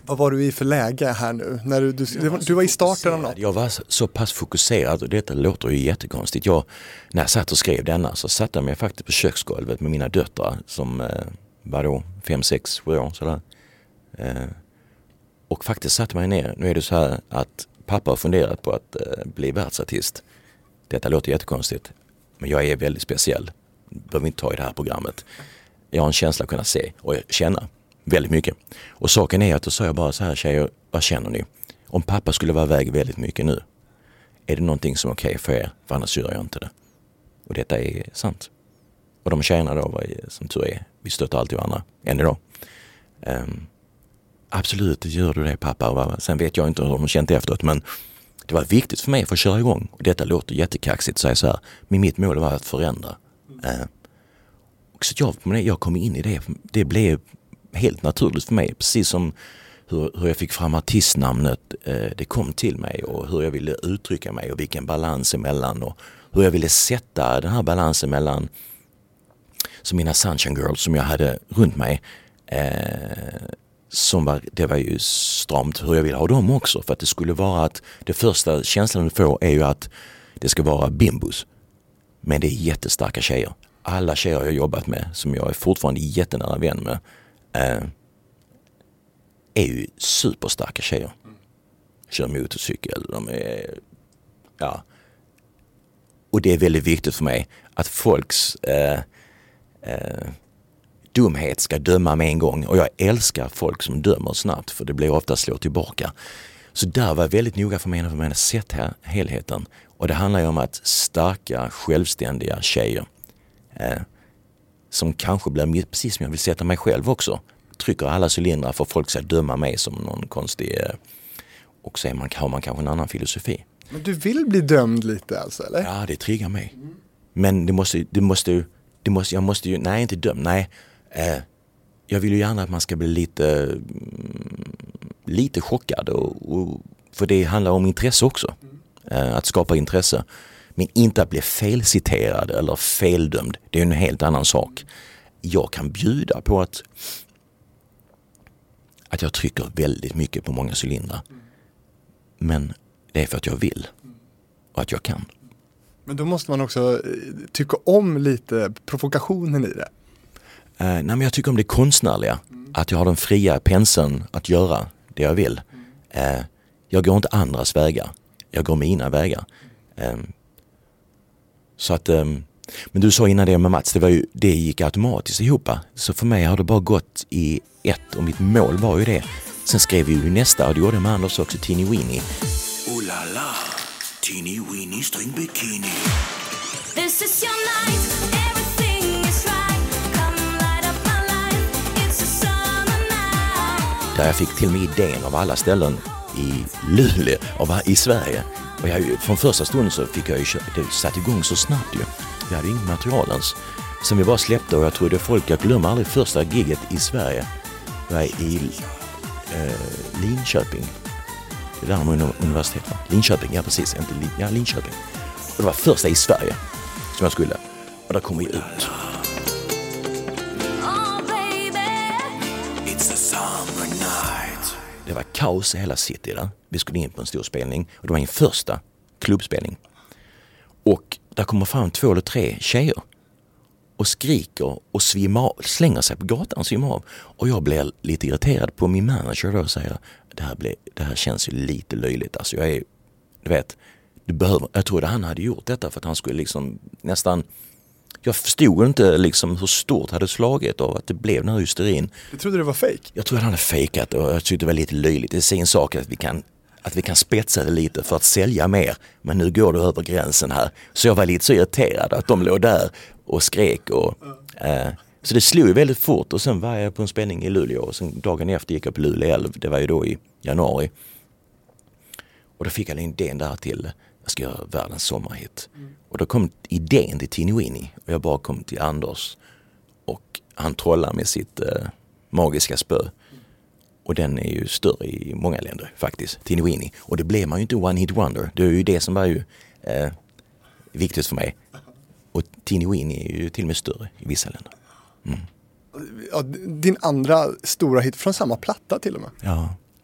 Vad var du i för läge här nu? När du, du, du, var, du var i starten av något. Jag var så pass fokuserad och detta låter ju jättekonstigt. Jag, när jag satt och skrev denna så satt jag mig faktiskt på köksgolvet med mina döttrar som eh, var då fem, sex, sju år sådär. Eh, och faktiskt satte mig ner. Nu är det så här att pappa har funderat på att eh, bli världsartist. Detta låter jättekonstigt. Men jag är väldigt speciell. Behöver inte ta i det här programmet. Jag har en känsla att kunna se och känna väldigt mycket. Och saken är att då sa jag bara så här, tjejer, vad känner ni? Om pappa skulle vara iväg väldigt mycket nu, är det någonting som är okej för er? För annars gör jag inte det. Och detta är sant. Och de tjejerna då, var, som tur är, vi stöttar alltid varandra, än idag. Um, absolut, gör du det pappa. Sen vet jag inte hur de känt efteråt, men det var viktigt för mig för att köra igång. Och detta låter jättekaxigt, så jag så här, men mitt mål var att förändra. Uh, och så jag, jag kom in i det, det blev helt naturligt för mig, precis som hur, hur jag fick fram artistnamnet, eh, det kom till mig och hur jag ville uttrycka mig och vilken balans emellan och hur jag ville sätta den här balansen mellan som mina Sunshine Girls som jag hade runt mig eh, som var, det var ju stramt hur jag ville ha dem också, för att det skulle vara att det första känslan du får är ju att det ska vara bimbos, men det är jättestarka tjejer. Alla tjejer jag har jobbat med som jag är fortfarande jättenära vän med eh, är ju superstarka tjejer. Kör motorcykel, de är, ja. Och det är väldigt viktigt för mig att folks eh, eh, dumhet ska döma med en gång. Och jag älskar folk som dömer snabbt, för det blir ofta slå tillbaka. Så där var väldigt noga för mig när jag sett här helheten. Och det handlar ju om att starka, självständiga tjejer eh, som kanske blir precis som jag vill sätta mig själv också. Trycker alla cylindrar för folk ska döma mig som någon konstig eh, och så är man, har man kanske en annan filosofi. Men du vill bli dömd lite alltså, eller? Ja, det triggar mig. Mm. Men det måste, det måste, det måste, jag måste ju, nej inte dömd, nej. Eh, jag vill ju gärna att man ska bli lite, mm, lite chockad och, och, för det handlar om intresse också. Mm. Eh, att skapa intresse. Men inte att bli felciterad eller feldömd. Det är en helt annan sak. Jag kan bjuda på att att jag trycker väldigt mycket på många cylindrar. Men det är för att jag vill. Och att jag kan. Men då måste man också tycka om lite provokationen i det. Uh, nej, men jag tycker om det konstnärliga. Mm. Att jag har den fria penseln att göra det jag vill. Mm. Uh, jag går inte andras vägar. Jag går mina vägar. Um, så att... Um, men du sa innan det med Mats, det, var ju, det gick automatiskt ihop. Så för mig har det bara gått i ett och mitt mål var ju det. Sen skrev vi ju nästa och det gjorde med Anders också, Teeny Weeny. Oh la la, Teeny Weeny string bikini. This is your night, everything is right. Come light up my life, it's a summer night. Där jag fick till mig idén av alla ställen i Luleå och i Sverige. Och jag, från första stunden så fick jag ju, det satt igång så snabbt ju. Vi hade inget material ens. Som vi bara släppte och jag trodde folk, jag glömmer aldrig första giget i Sverige. Jag var i eh, Linköping. Det där med universitetet. Linköping, ja precis. Inte Lin, ja, Linköping. Och det var första i Sverige som jag skulle. Och där kom vi ut. Oh, baby, it's a summer night. Det var kaos i hela city där. Vi skulle in på en stor spelning. Och det var en första klubbspelning. Och där kommer fram två eller tre tjejer och skriker och svimmar av, slänger sig på gatan och svimmar av. Och jag blir lite irriterad på min manager då och säger det här, blir, det här känns ju lite löjligt. Alltså jag är, du vet, du behöver, jag trodde han hade gjort detta för att han skulle liksom nästan, jag förstod inte liksom hur stort hade slagit av att det blev den här hysterin. Du trodde det var fake? Jag trodde han hade fejkat och jag tyckte det var lite löjligt. Det är en sak att vi kan att vi kan spetsa det lite för att sälja mer. Men nu går det över gränsen här. Så jag var lite så irriterad att de låg där och skrek. Och, eh, så det slog väldigt fort. Och sen var jag på en spänning i Luleå. Och sen dagen efter gick jag på Luleå älv. Det var ju då i januari. Och då fick jag en idén där till jag ska göra världens sommarhit. Mm. Och då kom idén till Teeny Weeny. Och jag bara kom till Anders. Och han trollar med sitt eh, magiska spö. Och den är ju större i många länder faktiskt, Teeny Weeny. Och det blev man ju inte one hit wonder. Det är ju det som var ju eh, viktigt för mig. Och Teeny Weeny är ju till och med större i vissa länder. Mm. Ja, din andra stora hit från samma platta till och med. Ja.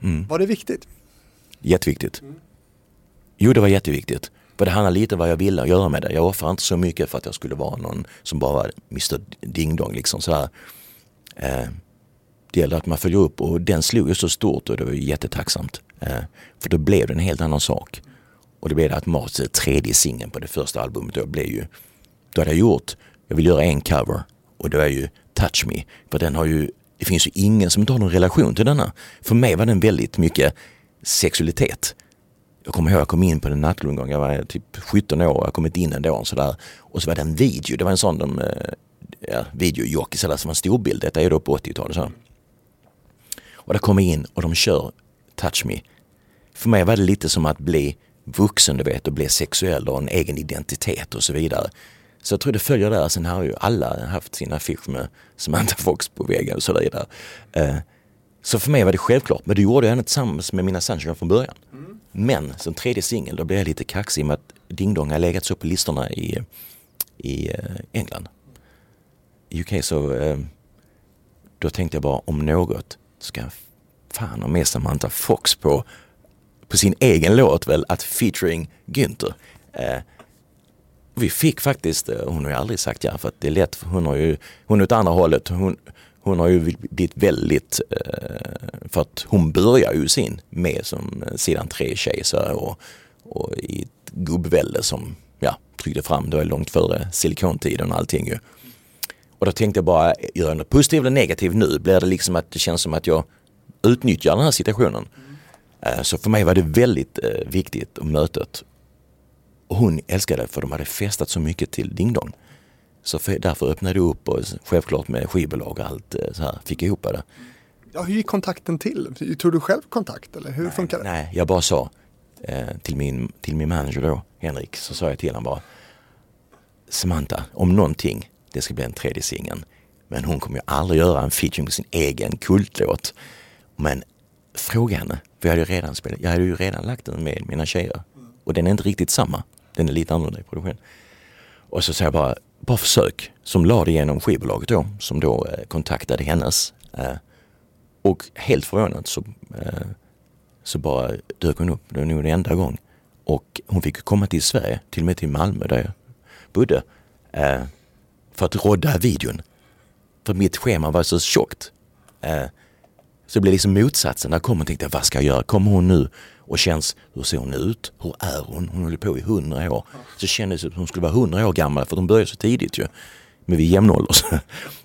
Mm. Var det viktigt? Jätteviktigt. Mm. Jo, det var jätteviktigt. För det handlar lite om vad jag ville göra med det. Jag offrar inte så mycket för att jag skulle vara någon som bara var mister Ding Dong liksom sådär. Eh, det gäller att man följer upp, och den slog ju så stort och det var ju jättetacksamt. Eh, för då blev det en helt annan sak. Och det blev det att Mats tredje singeln på det första albumet då blev ju, då hade jag gjort, jag vill göra en cover, och det var ju Touch Me. För den har ju, det finns ju ingen som inte har någon relation till denna. För mig var den väldigt mycket sexualitet. Jag kommer ihåg, jag kom in på den nattklubb en gång, jag var typ sjutton år, jag kom inte in ändå och sådär. Och så var det en video, det var en sån de, ja, videojockis eller som en storbild, detta är då på åttiotalet så. Och där kom jag in och de kör Touch Me. För mig var det lite som att bli vuxen, du vet, och bli sexuell och en egen identitet och så vidare. Så jag tror det följer där. Sen har ju alla haft sina affisch med Samantha Fox på väggen och så vidare. Uh, så för mig var det självklart. Men det gjorde jag henne tillsammans med mina Sunshine från början. Mm. Men som tredje singel då blev jag lite kaxig med att Ding Dong har legat så på listorna i, i uh, England. I U K så uh, då tänkte jag bara, om något ska jag fan ha med Samantha Fox på på sin egen låt väl, att featuring Günther. Uh, vi fick faktiskt, hon har ju aldrig sagt ja för att det är lätt, hon har ju, hon är åt andra hållet, hon, hon har ju blivit väldigt, för att hon börjar ju sin med som sidan tre tjej så här, och, och i ett gubbvälde som ja, tryckte fram, det var långt före silikontiden och allting ju. Och då tänkte jag bara, gör jag något positivt eller negativt nu, blir det liksom att det känns som att jag utnyttjar den här situationen. Mm. Så för mig var det väldigt viktigt att mötet. Och hon älskade det för de hade festat så mycket till Ding Dong. Så för, därför öppnade jag upp och självklart med skivbolag och allt så här, fick jag ihop det. Ja, hur gick kontakten till? Tog du själv kontakt eller hur nej, funkar det? Nej, jag bara sa eh, till, min, till min manager då, Henrik, så sa jag till honom bara, Samantha, om någonting, det ska bli en tredje singeln. Men hon kommer ju aldrig göra en featuring på sin egen kultlåt. Men fråga henne, för jag hade ju redan spelat, jag hade ju redan lagt den med mina tjejer. Och den är inte riktigt samma. Den är lite annorlunda i produktion. Och så säger jag bara, bara försök. Som la det genom skivbolaget då. Som då eh, kontaktade hennes. Eh, och helt förvånat så, eh, så bara dök hon upp. Det var nog en enda gång. Och hon fick komma till Sverige. Till och med till Malmö där jag bodde. Eh, för att rodda videon. För mitt schema var så tjockt. Eh, så det blev liksom motsatsen. Där kom hon och tänkte, vad ska jag göra? Kommer hon nu? Och känns, hur ser hon ut? Hur är hon? Hon håller på i hundra år. Så kändes det som att hon skulle vara hundra år gammal, för de började så tidigt ju. Men vi är jämnålders. Så,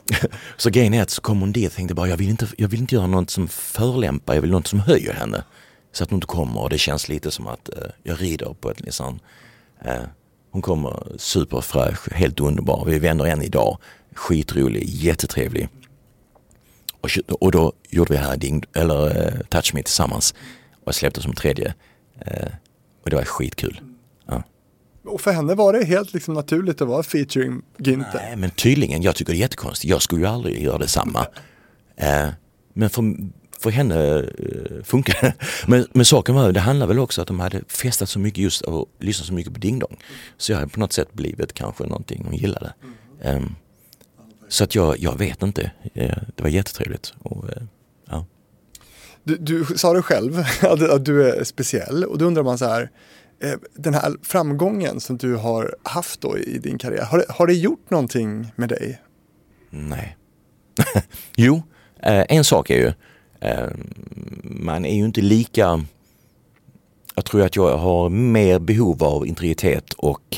så grejen är att så kom hon dit och tänkte bara, jag vill inte, jag vill inte göra något som förlämpar, jag vill något som höjer henne. Så att hon inte kommer, och det känns lite som att uh, jag rider på ett liksom. Uh, hon kommer superfräsch, helt underbar. Vi är vänner än idag. Skitrolig, jättetrevlig. Och, och då gjorde vi här Ding, eller uh, Touch Me tillsammans. Och släppte som tredje. Eh, och det var skitkul. Ja. Och för henne var det helt liksom naturligt att vara featuring Günther? Nej, men tydligen. Jag tycker det är jättekonstigt. Jag skulle ju aldrig göra detsamma. Eh, men för, för henne eh, funkar det. Men, men saken var, det handlar väl också att de hade festat så mycket just och lyssnat så mycket på Ding Dong. Så jag hade på något sätt blivit kanske någonting hon gillade. Eh, så att jag, jag vet inte. Eh, det var jättetrevligt. Och, eh, ja. Du, du sa det själv att du är speciell, och då undrar man så här, den här framgången som du har haft då i din karriär, har det, har det gjort någonting med dig? Nej. Jo, en sak är ju, man är ju inte lika, jag tror att jag har mer behov av integritet, och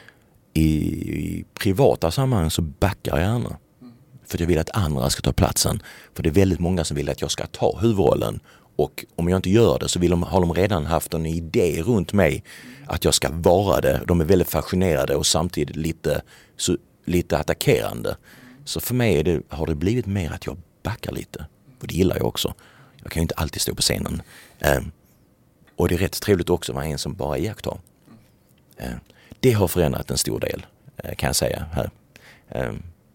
i privata sammanhang så backar jag gärna. För jag vill att andra ska ta platsen. För det är väldigt många som vill att jag ska ta huvudrollen. Och om jag inte gör det så vill de, har de redan haft en idé runt mig att jag ska vara det. De är väldigt fascinerade och samtidigt lite, så, lite attackerande. Så för mig är det, har det blivit mer att jag backar lite. Och det gillar jag också. Jag kan ju inte alltid stå på scenen. Eh, och det är rätt trevligt också att vara en som bara iakttar. Eh, det har förändrat en stor del, eh, kan jag säga här. Eh,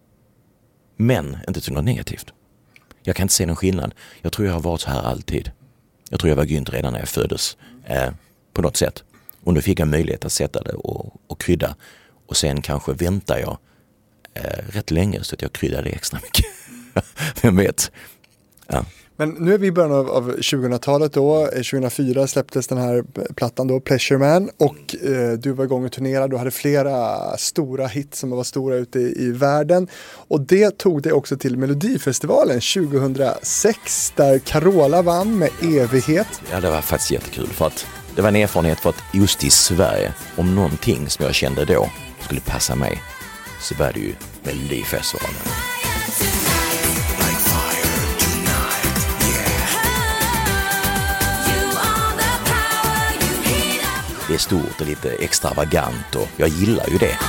Men inte till något negativt. Jag kan inte se någon skillnad. Jag tror jag har varit så här alltid. Jag tror jag var Günther redan när jag föddes. Eh, på något sätt. Och nu fick jag möjlighet att sätta det och, och krydda. Och sen kanske väntar jag eh, rätt länge så att jag kryddar det extra mycket. Vem vet. Ja. Men nu är vi i början av, av tjugohundratalet då, tjugohundrafyra släpptes den här plattan då, Pleasure Man, och eh, du var igång och turnerade, du hade flera stora hits som var stora ute i, i världen, och det tog dig också till Melodifestivalen tjugohundrasex där Carola vann med Evighet. Ja, det var faktiskt jättekul, för att det var en erfarenhet för att just i Sverige, om någonting som jag kände då skulle passa mig, så var det ju Melodifestivalen. Det är stort och lite extravagant och jag gillar ju det.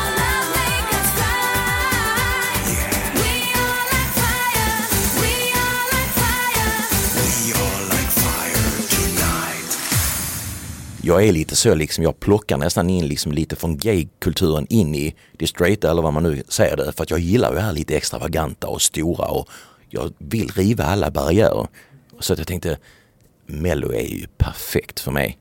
Jag är lite så liksom, jag plockar nästan in liksom lite från gay-kulturen in i det straighta, eller vad man nu säger det, för att jag gillar ju det här lite extravaganta och stora, och jag vill riva alla barriärer. Så att jag tänkte, Mello är ju perfekt för mig.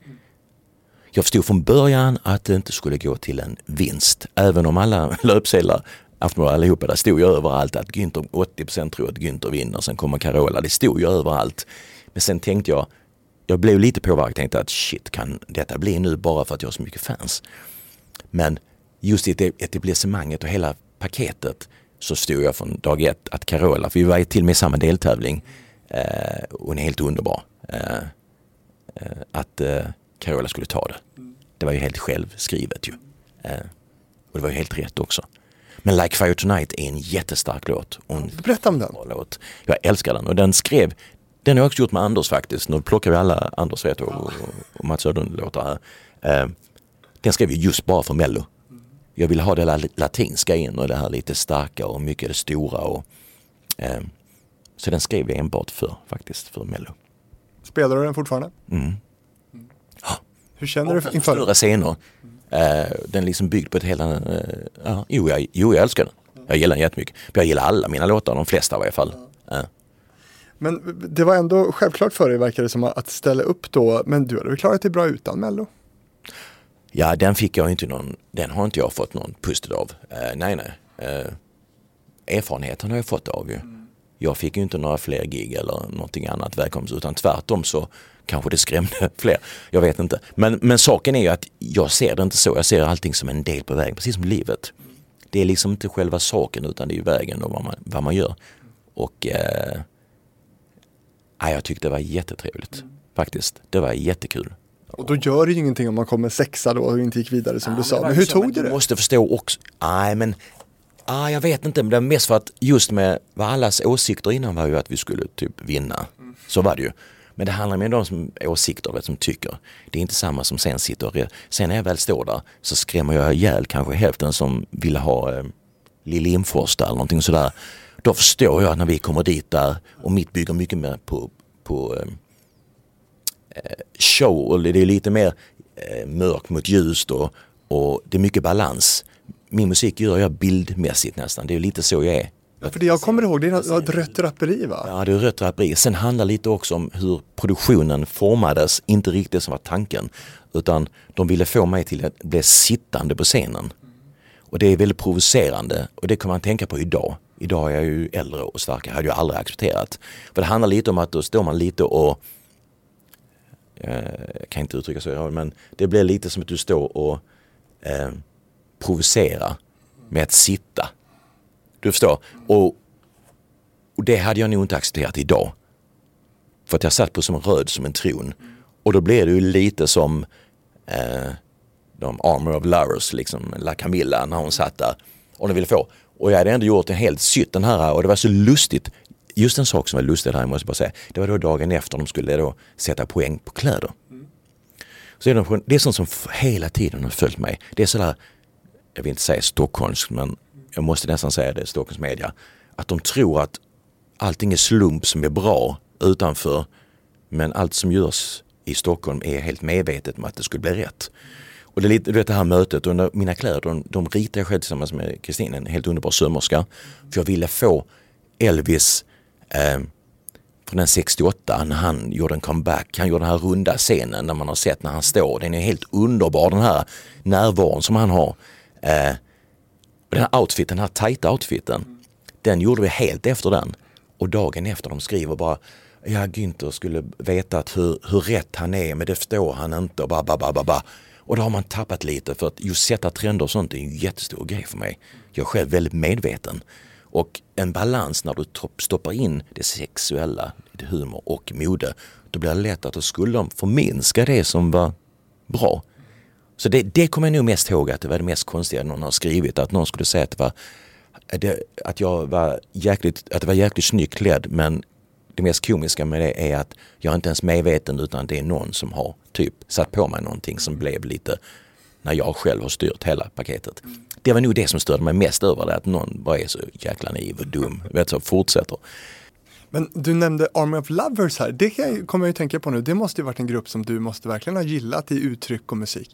Jag förstod från början att det inte skulle gå till en vinst. Även om alla löpsedlar, Aftonbladet allihopa, där stod ju överallt att Günther, åttio procent tror att Günther vinner. Sen kommer Carola, det stod ju överallt. Men sen tänkte jag, jag blev lite påverkad, tänkte att shit, kan detta bli nu bara för att jag har så mycket fans? Men just i det etablissemanget och hela paketet så stod jag från dag ett att Carola, för vi var till och med i samma deltävling, eh, och hon är helt underbar, eh, eh, att eh, Carola skulle ta det. Det var ju helt självskrivet ju. Eh, och det var ju helt rätt också. Men Like Fire Tonight är en jättestark låt. Berätta om den. Låt. Jag älskar den, och den skrev, den har jag också gjort med Anders faktiskt. Nu plockar vi alla Anders vet och, och Mats Ödlund låtar här. Eh, den skrev vi just bara för Mello. Jag ville ha det latinska in och det här lite starka och mycket det stora. Och, eh, så den skrev vi enbart för, faktiskt, för Mello. Spelar du den fortfarande? Mm. Ja. Hur känner du inför större scener? Eh, den är liksom byggd på ett hela... Eh, ja, jo, jag, jo, jag älskar den. Jag gillar den jättemycket. Jag gillar alla mina låtar, de flesta i varje fall. Eh. Men det var ändå självklart för dig, verkar det som, att ställa upp då. Men du hade väl klarat dig bra utan Mello? Ja, den fick jag inte någon... Den har inte jag fått någon pustet av. Eh, nej, nej. Eh, erfarenheten har jag fått av ju. Mm. Jag fick ju inte några fler gig eller någonting annat välkomst, utan tvärtom så kanske det skrämde fler. Jag vet inte. Men, men saken är ju att jag ser det inte så. Jag ser allting som en del på vägen, precis som livet. Det är liksom inte själva saken, utan det är ju vägen och vad man, vad man gör. Och eh, jag tyckte det var jättetrevligt. Mm. Faktiskt. Det var jättekul. Och då gör det ju ingenting om man kommer sexa då och inte gick vidare som ja, du sa. Men, men hur tog du det? Du måste förstå också. Nej, men ah, jag vet inte. Men det är mest för att just med vad allas åsikter innan var ju att vi skulle typ vinna. Mm. Så var det ju. Men det handlar mer om de som åsikter, vet, som tycker. Det är inte samma som sen sitter och... Sen när jag väl står där så skrämmer jag ihjäl kanske hälften som ville ha eh, Lill Lindfors där eller någonting sådär. Då förstår jag att när vi kommer dit där och mitt bygger mycket mer på, på eh, show, och det är lite mer eh, mörkt mot ljust och, och det är mycket balans. Min musik gör jag bildmässigt nästan. Det är lite så jag är. Ja, för det jag kommer ihåg, det är ett rött rapperi, va? Ja, det är rött rapperi. Sen handlar lite också om hur produktionen formades, inte riktigt som var tanken, utan de ville få mig till att bli sittande på scenen. Och det är väldigt provocerande, och det kan man tänka på idag. Idag är jag ju äldre och starkare, hade jag aldrig accepterat. För det handlar lite om att då står man lite och jag kan inte uttrycka så, men det blir lite som att du står och eh, provocerar med att sitta. Du förstår? Och, och det hade jag nog inte accepterat idag. För att jag satt på som en röd som en tron. Och då blev det ju lite som eh, de Armor of Lovers, liksom La Camilla när hon satt där. Och de ville få. Och jag hade ändå gjort en helt sytt den här, och det var så lustigt. Just en sak som var lustig här, måste jag bara säga. Det var då dagen efter de skulle då sätta poäng på kläder. Mm. Så det är, det är sånt som hela tiden har följt mig. Det är sådär, jag vill inte säga Stockholms, men jag måste nästan säga det, Stockholms media. Att de tror att allting är slump som är bra utanför, men allt som görs i Stockholm är helt medvetet om att det skulle bli rätt. Och det är lite, du vet, det här mötet, och mina kläder, de, de ritade jag själv tillsammans med Kristin, en helt underbar sömmerska. För jag ville få Elvis eh, från den sextioåtta när han gjorde en comeback. Han gjorde den här runda scenen när man har sett när han står. Den är helt underbar, den här närvaron som han har. Eh, och den här outfiten, den här tajta outfiten, den gjorde vi helt efter den. Och dagen efter de skriver bara, ja, Günther skulle veta att hur, hur rätt han är, men det förstår han inte och ba, ba, ba, ba, ba. Och då har man tappat lite, för att just sätta trender och sånt är en jättestor grej för mig. Jag är själv väldigt medveten. Och en balans när du stoppar in det sexuella, det humor och mode, då blir det lätt att då skulle de förminska det som var bra. Så det, det kommer jag nog mest ihåg att det var det mest konstiga någon har skrivit, att någon skulle säga att det var det, att jag var jäkligt, att det var jäkligt snyggt klädd, men det mest komiska med det är att jag inte ens medveten, utan det är någon som har typ satt på mig någonting som blev lite, när jag själv har styrt hela paketet. Det var nog det som störde mig mest över det, att någon bara är så jäkla naiv och dum. Vet så, fortsätter. Men du nämnde Army of Lovers här. Det kommer jag ju tänka på nu. Det måste ju varit en grupp som du måste verkligen ha gillat i uttryck och musik.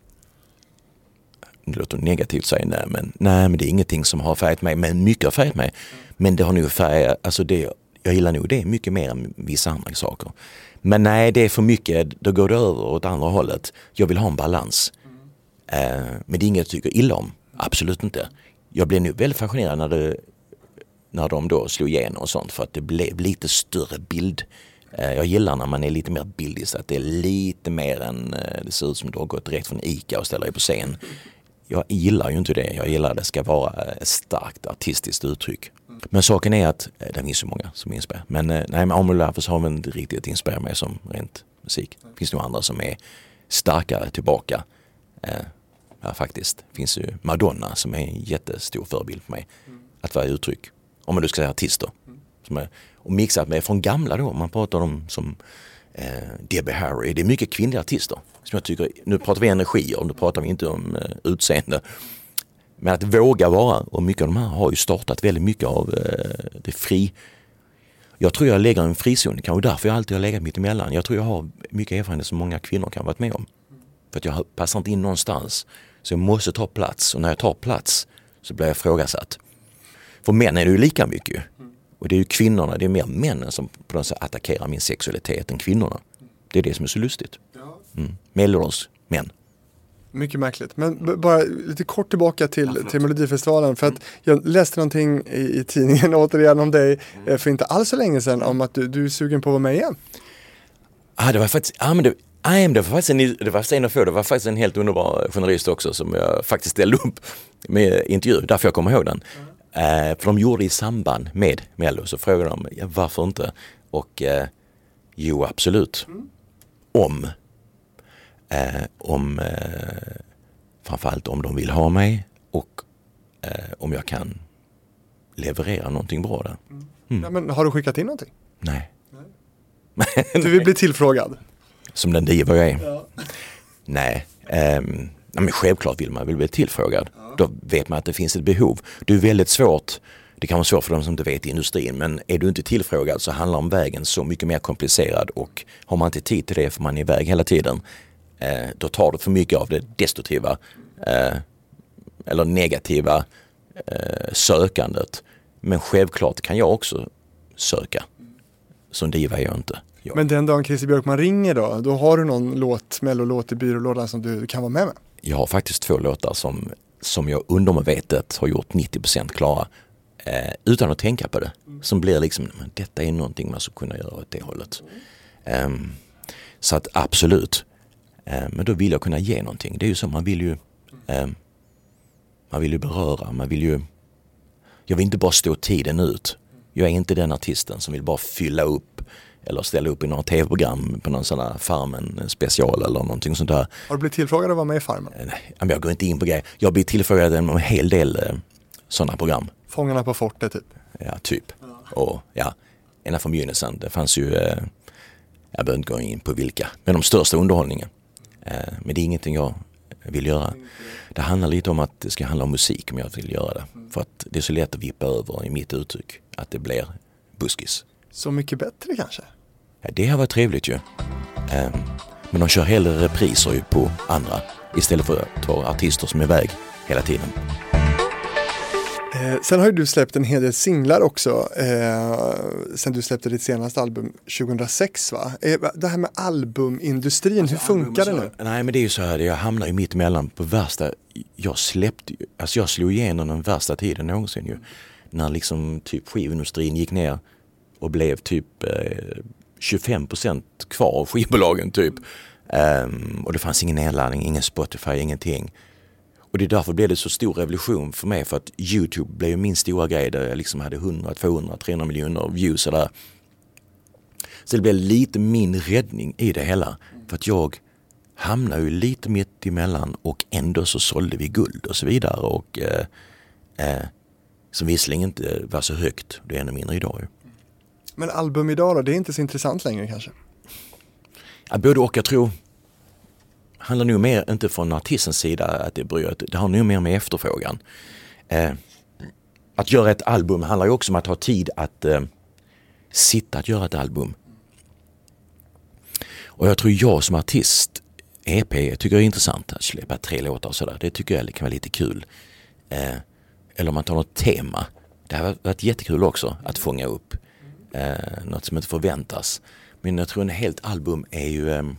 Det låter negativt säga nej, men nej, men det är ingenting som har färgat mig, men mycket har färgat mig. Men det har nog färgat, alltså det, jag gillar nog det mycket mer än vissa andra saker. Men nej, det är för mycket, då går det över åt andra hållet. Jag vill ha en balans. Mm. Uh, men det är inget jag tycker illa om. Absolut inte. Jag blev nu väldigt fascinerad när, det, när de då slog igenom och sånt, för att det blev lite större bild. Uh, jag gillar när man är lite mer bildig, så att det är lite mer än, uh, det ser ut som du har gått direkt från ICA och ställer dig på scen. Jag gillar ju inte det. Jag gillar att det ska vara ett starkt artistiskt uttryck. Men saken är att, det finns ju många som inspirerar. Men nej, med Army of Lovers har vi inte riktigt inspirerat mig som rent musik. Det finns nog andra som är starkare tillbaka. Eh, ja, faktiskt. Det finns ju Madonna som är en jättestor förebild för mig. Att vara uttryck. Om man nu ska säga artister. Som är, och mixat med från gamla då. Man pratar om som eh, Debbie Harry. Det är mycket kvinnliga artister. Som jag tycker, nu pratar vi energi och nu pratar vi inte om eh, utseende. Men att våga vara, och mycket av de här har ju startat väldigt mycket av eh, det fri. Jag tror jag lägger en frizon, kanske därför jag alltid har legat mitt emellan. Jag tror jag har mycket erfarenhet som många kvinnor kan ha varit med om. För att jag passar inte in någonstans. Så jag måste ta plats, och när jag tar plats så blir jag ifrågasatt. För män är det ju lika mycket. Och det är ju kvinnorna, det är mer männen som på något sätt attackerar min sexualitet än kvinnorna. Det är det som är så lustigt. Mm. Medelålders män. Mycket märkligt. Men b- bara lite kort tillbaka till, ja, till Melodifestivalen. För att jag läste någonting i, i tidningen återigen om dig mm. för inte alls så länge sedan, om att du, du är sugen på att vara med igen. Ah, det var faktiskt, ah, men det, ah, det var faktiskt en, det var en, det var faktiskt en helt underbar journalist också som jag faktiskt ställde upp med intervju. Därför jag kommer ihåg den. Mm. Eh, för de gjorde i samband med Mello, så frågade de, ja, varför inte? Och eh, jo, absolut. Mm. Om Eh, om eh, framförallt om de vill ha mig, och eh, om jag kan leverera någonting bra där. Mm. Ja, men har du skickat in någonting? Nej. Nej. Du vill bli tillfrågad? Som den diva jag är. Ja. Nej. Eh, men självklart vill man väl bli tillfrågad. Ja. Då vet man att det finns ett behov. Det är väldigt svårt. Det kan vara svårt för de som inte vet i industrin, men är du inte tillfrågad så handlar om vägen så mycket mer komplicerad, och har man inte tid till det för man är iväg hela tiden, Eh, då tar du för mycket av det destruktiva eh, eller negativa eh, sökandet. Men självklart kan jag också söka. Som diva är jag inte. Jag. Men den dagen Christer Björkman ringer då, då har du någon låt, mellolåt i byrålådan som du kan vara med med? Jag har faktiskt två låtar som, som jag undermedvetet har gjort nittio procent klara eh, utan att tänka på det. Mm. Som blir liksom, detta är någonting man skulle kunna göra åt det hållet. Eh, så att absolut. Men då vill jag kunna ge någonting. Det är ju så, man vill ju eh, man vill ju beröra, man vill ju, jag vill inte bara stå tiden ut. Jag är inte den artisten som vill bara fylla upp eller ställa upp i några tv-program på någon sån här Farmen special eller någonting sånt där. Har du blivit tillfrågad att vara med i Farmen? Nej, jag går inte in på grejer. Jag blir tillfrågad om en hel del eh, sådana program. Fångarna på fortet typ? Ja, typ. Ja. Och ja, ena från begynnelsen, det fanns ju, eh, jag behöver inte gå in på vilka, men de största underhållningen. Men det är ingenting jag vill göra. Det handlar lite om att det ska handla om musik om jag vill göra det. För att det är så lätt att vippa över i mitt uttryck. Att det blir buskis. Så mycket bättre kanske? Ja, det har varit trevligt ju. Men de kör hellre repriser ju på andra. Istället för att ta artister som är iväg hela tiden. Eh, sen har ju du släppt en hel del singlar också. Eh, sen du släppte ditt senaste album tjugohundrasex, va? Eh, det här med albumindustrin, alltså, hur funkar det nu? Nej, men det är ju så här, jag hamnar ju mitt emellan på värsta, jag släppte alltså jag slog igenom den värsta tiden någonsin ju. När liksom typ skivindustrin gick ner och blev typ eh, tjugofem procent kvar av skivbolagen typ. Um, och det fanns ingen nedladdning, ingen Spotify, ingenting. Och det är därför blev det så stor revolution för mig, för att YouTube blev ju min stora grej där jag liksom hade hundra, tvåhundra, trehundra miljoner views och där. Så det blev lite min räddning i det hela. För att jag hamnade ju lite mitt emellan och ändå så sålde vi guld och så vidare. Och eh, eh, som visserligen inte var så högt, det är ännu mindre idag ju. Men album idag då, det är inte så intressant längre kanske? Ja, både och, jag tror handlar nog mer, inte från artistens sida att det bryr, det har nog mer med efterfrågan. Eh, att göra ett album handlar ju också om att ha tid att eh, sitta att göra ett album. Och jag tror jag som artist, E P, tycker det är intressant att släppa tre låtar och sådär. Det tycker jag kan vara lite kul. Eh, eller om man tar något tema. Det har varit jättekul också att fånga upp. Eh, något som inte förväntas. Men jag tror en helt album är ju... Eh,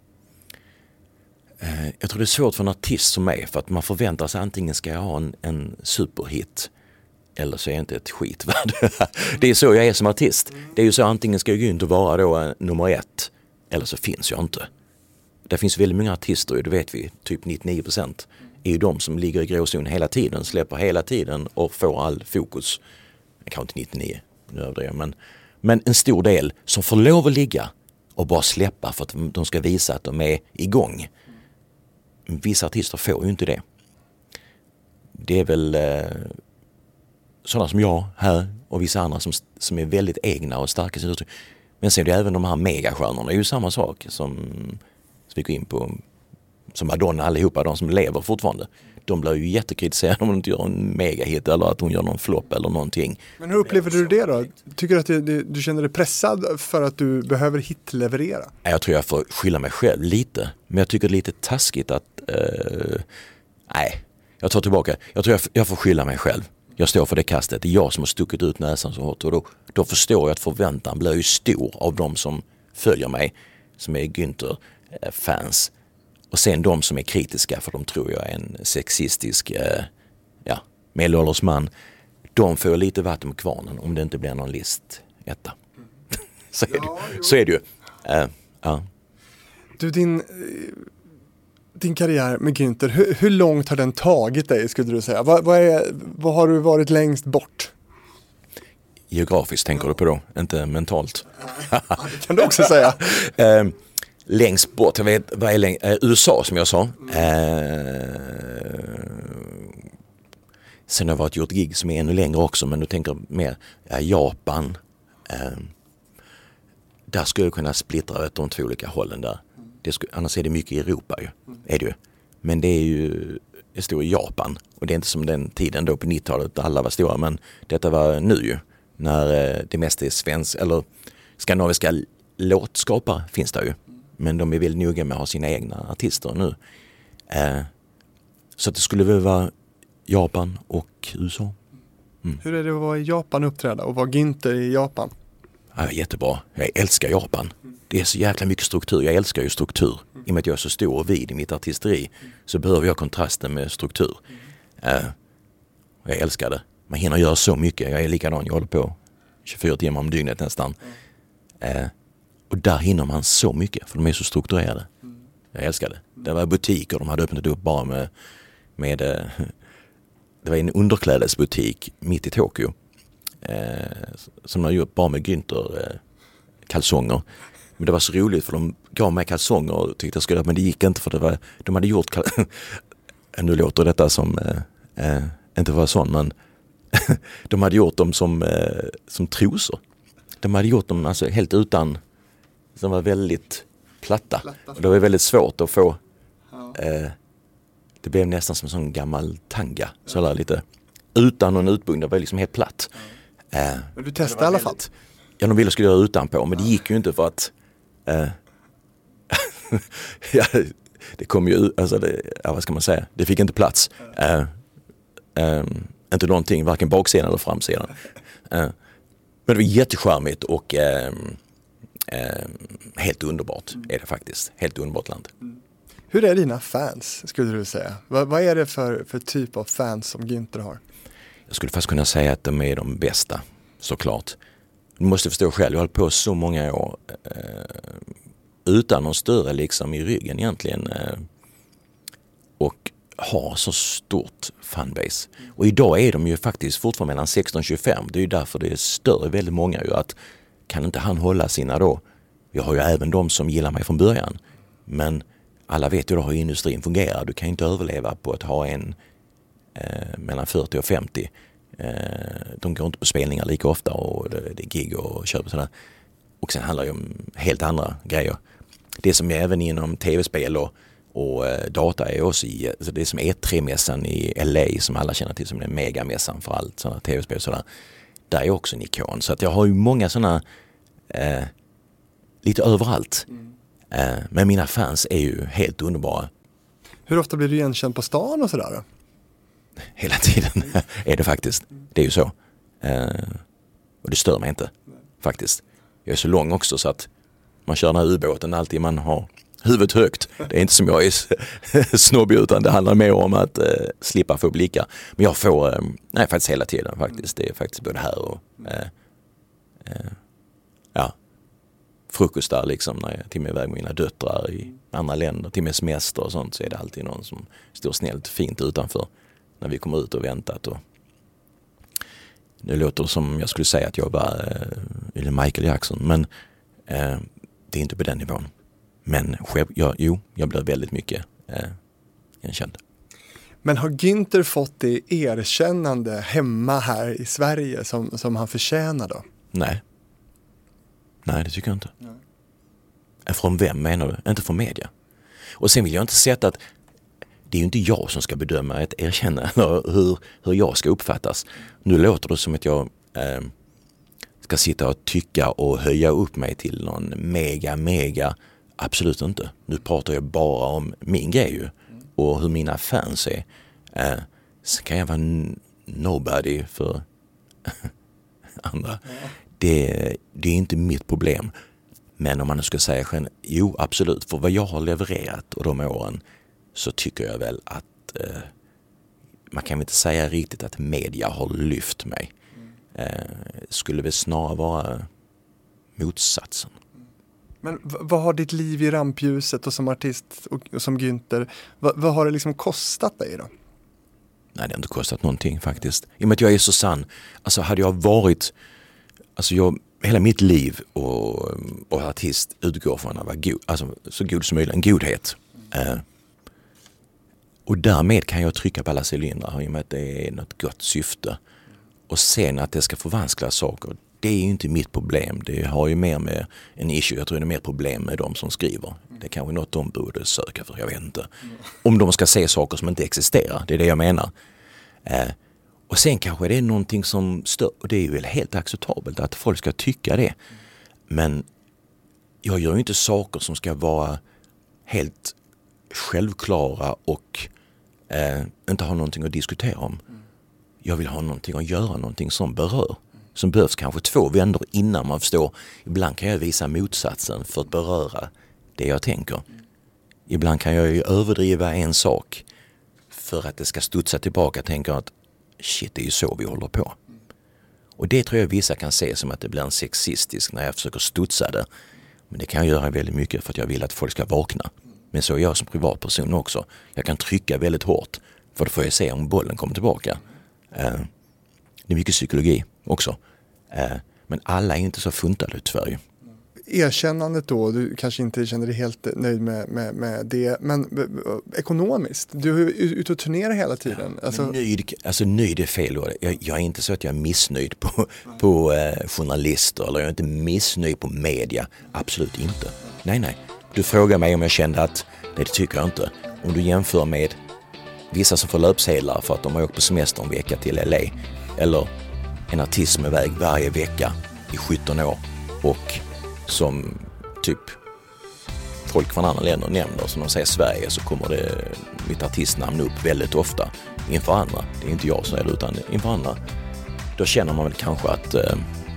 eh, jag tror det är svårt för en artist som mig. För att man förväntar sig antingen ska jag ha en, en superhit. Eller så är jag inte ett skit värd. Det är så jag är som artist. Det är ju så, antingen ska jag gå in och vara då eh, nummer ett. Eller så finns jag inte. Det finns väldigt många artister, och det vet vi, typ nittionio procent är ju de som ligger i gråzon hela tiden, släpper hela tiden och får all fokus. Kanske inte nittionio, nu överdriver jag, men, men en stor del som får lov att ligga och bara släppa för att de ska visa att de är igång. Vissa artister får ju inte det. Det är väl eh, sådana som jag här och vissa andra som, som är väldigt egna och starka. Men sen är det även de här megastjärnorna, det är ju samma sak som, som vi går in på, som Madonna, allihopa, de som lever fortfarande. De blir ju jättekritiserade om de inte gör en megahit eller att hon gör någon flopp eller någonting. Men hur upplever du det då? Tycker du att det, det, du känner dig pressad för att du behöver hitleverera? Jag tror jag får skylla mig själv lite. Men jag tycker det är lite taskigt att... Uh, nej, jag tar tillbaka. Jag tror jag, jag får skylla mig själv. Jag står för det kastet. Det är jag som har stuckit ut näsan så hårt. Och då, då förstår jag att förväntan blir ju stor av de som följer mig. Som är Günther-fans. Och sen de som är kritiska, för de tror jag är en sexistisk eh, ja, medelålders man. De får lite vatten med kvarnen om det inte blir någon list etta. så, är ja, det, så är det ju. Uh, uh. Du, din, din karriär med Günther, hur, hur långt har den tagit dig, skulle du säga? Vad, vad, är, vad har du varit längst bort? Geografiskt tänker du på då, inte mentalt. Det kan du också säga. uh, Längst bort, jag vet, vad är läng- eh, U S A som jag sa. Mm. Eh, sen har jag varit gjort gig som är ännu längre också, men du tänker mer eh, Japan. Eh, där skulle jag kunna splittra åt de två olika hållen där. Det skulle, annars är det mycket i Europa ju. Mm. Är det ju. Men det är ju, jag står i Japan och det är inte som den tiden då på nittiotalet där alla var stora, men detta var nu ju. När eh, det mesta är svensk eller skandinaviska låtskapare finns där ju. Men de är väldigt noga med att ha sina egna artister nu. Eh, så att det skulle väl vara Japan och U S A. Mm. Hur är det att vara i Japan uppträda och vara Günther i Japan? Ja, jättebra. Jag älskar Japan. Mm. Det är så jäkla mycket struktur. Jag älskar ju struktur. Mm. I och med att jag är så stor och vid i mitt artisteri mm. så behöver jag kontrasten med struktur. Mm. Eh, jag älskar det. Man hinner göra så mycket. Jag är likadan. Jag håller på tjugofyra timmar om dygnet nästan. Mm. Eh, Och där hinner man så mycket, för de är så strukturerade. Mm. Jag älskar det. Det var butiker, de hade öppnat upp bara med, med det var en underklädesbutik mitt i Tokyo. Eh, som de hade gjort bara med Günther eh, kalsonger. Men det var så roligt för de gav mig kalsonger och tyckte jag skulle, men det gick inte för det var, de hade gjort, kal- nu låter detta som, eh, eh, inte vara sån, men de hade gjort dem som, eh, som trosor. De hade gjort dem alltså helt utan, som var väldigt platta. platta. Och det var väldigt svårt att få, ja. eh, det blev nästan som en sån gammal tanga, ja. Så där lite, utan någon utbyggnad, det var liksom helt platt. Ja. Eh, men du testade i alla fall? Ja, de ville skulle göra utanpå, men ja. Det gick ju inte för att eh, ja, det kom ju, alltså det, ja, vad ska man säga, det fick inte plats. Ja. Eh, eh, inte någonting, varken baksidan eller framsidan. Eh, men det var jättecharmigt och eh, eh, helt underbart är det faktiskt. Helt underbart land. Mm. Hur är dina fans, skulle du säga? Vad, vad är det för, för typ av fans som Günther har? Jag skulle fast kunna säga att de är de bästa, såklart. Du måste förstå själv, jag har hållit på så många år eh, utan någon större liksom i ryggen egentligen. Eh, och har så stort fanbase. Och idag är de ju faktiskt fortfarande mellan sexton och tjugofem. Det är ju därför det är större väldigt många ju att kan inte han hålla sina då? Jag har ju även de som gillar mig från början. Men alla vet ju då hur industrin fungerar. Du kan inte överleva på att ha en eh, mellan fyrtio och femtio. Eh, de går inte på spelningar lika ofta och det, det är gig och köp och sådär. Och sen handlar det ju om helt andra grejer. Det som är även inom tv-spel och, och eh, data är också i, alltså det som är E tre-mässan i L A som alla känner till som den megamässan för allt sådana tv-spel och sådär. Där är också en ikon. Så att jag har ju många sådana eh, lite överallt. Mm. Eh, men mina fans är ju helt underbara. Hur ofta blir du igenkänd på stan och sådär då? Hela tiden är det faktiskt. Det är ju så. Eh, och det stör mig inte faktiskt. Jag är så lång också så att man kör den här ubåten alltid man har huvudet högt. Det är inte som jag är snobbig utan det handlar mer om att eh, slippa få blickar. Men jag får, eh, nej faktiskt hela tiden faktiskt. Det är faktiskt både här och eh, eh, ja, frukostar liksom när jag till och med iväg med mina döttrar i andra länder, till och med semester och sånt så är det alltid någon som står snällt fint utanför när vi kommer ut och väntat. Och det låter som jag skulle säga att jag var eh, Michael Jackson men eh, det är inte på den nivån. Men själv, ja, jo, jag blev väldigt mycket eh, igenkänd. Men har Günther fått det erkännande hemma här i Sverige som, som han förtjänar då? Nej. Nej, det tycker jag inte. Nej. Från vem menar du? Inte från media. Och sen vill jag inte säga att det är ju inte jag som ska bedöma ett erkännande eller hur, hur jag ska uppfattas. Nu låter det som att jag eh, ska sitta och tycka och höja upp mig till någon mega, mega. Absolut inte. Nu pratar jag bara om min grej ju. Och hur mina fans är. Eh, så kan jag vara n- nobody för andra. Ja. Det, det är inte mitt problem. Men om man ska säga själv, jo absolut. För vad jag har levererat och de åren så tycker jag väl att eh, man kan väl inte säga riktigt att media har lyft mig. Eh, skulle väl snarare vara motsatsen. Men v- vad har ditt liv i rampljuset och som artist och, och som Günther, v- vad har det liksom kostat dig då? Nej, det har inte kostat någonting faktiskt. I och med att jag är så sann. Alltså hade jag varit, alltså jag, hela mitt liv och, och artist utgår från att vara god, alltså så god som möjligt, en godhet. Mm. Eh, och därmed kan jag trycka på alla cylindrar i och med att det är något gott syfte. Och sen att det ska förvanskla saker, det är ju inte mitt problem. Det har ju mer med en issue. Jag tror det är mer problem med de som skriver. Det är kanske något de borde söka för, jag vet inte. Om de ska se saker som inte existerar, det är det jag menar. Eh, och sen kanske det är någonting som stör, och det är ju väl helt acceptabelt att folk ska tycka det. Men jag gör ju inte saker som ska vara helt självklara och eh, inte ha någonting att diskutera om. Jag vill ha någonting att göra, någonting som berör. Som behövs kanske två vändor innan man förstår. Ibland kan jag visa motsatsen för att beröra det jag tänker. Ibland kan jag ju överdriva en sak för att det ska studsa tillbaka och tänka att shit, det är ju så vi håller på. Och det tror jag vissa kan se som att det blir en sexistisk när jag försöker studsa det. Men det kan jag göra väldigt mycket för att jag vill att folk ska vakna. Men så är jag som privatperson också. Jag kan trycka väldigt hårt för då får jag se om bollen kommer tillbaka. Uh, det är mycket psykologi också. Uh, men alla är inte så funtade tyvärr. Erkännandet då, du kanske inte känner dig helt nöjd med, med, med det, men uh, ekonomiskt, du är ute och turnerar hela tiden. Ja, alltså... Nöjd, alltså nöjd är fel ord. Jag, jag är inte så att jag är missnöjd på, på uh, journalister eller jag är inte missnöjd på media. Absolut inte. Nej, nej. Du frågar mig om jag kände att nej, det tycker jag inte. Om du jämför med vissa som får löpsedlar för att de har åkt på semester en vecka till L A. Eller en artist som är väg varje vecka i sjutton år. Och som typ folk från andra länder nämner. Så när de säger Sverige så kommer det mitt artistnamn upp väldigt ofta inför andra. Det är inte jag som är det utan inför andra. Då känner man väl kanske att eh,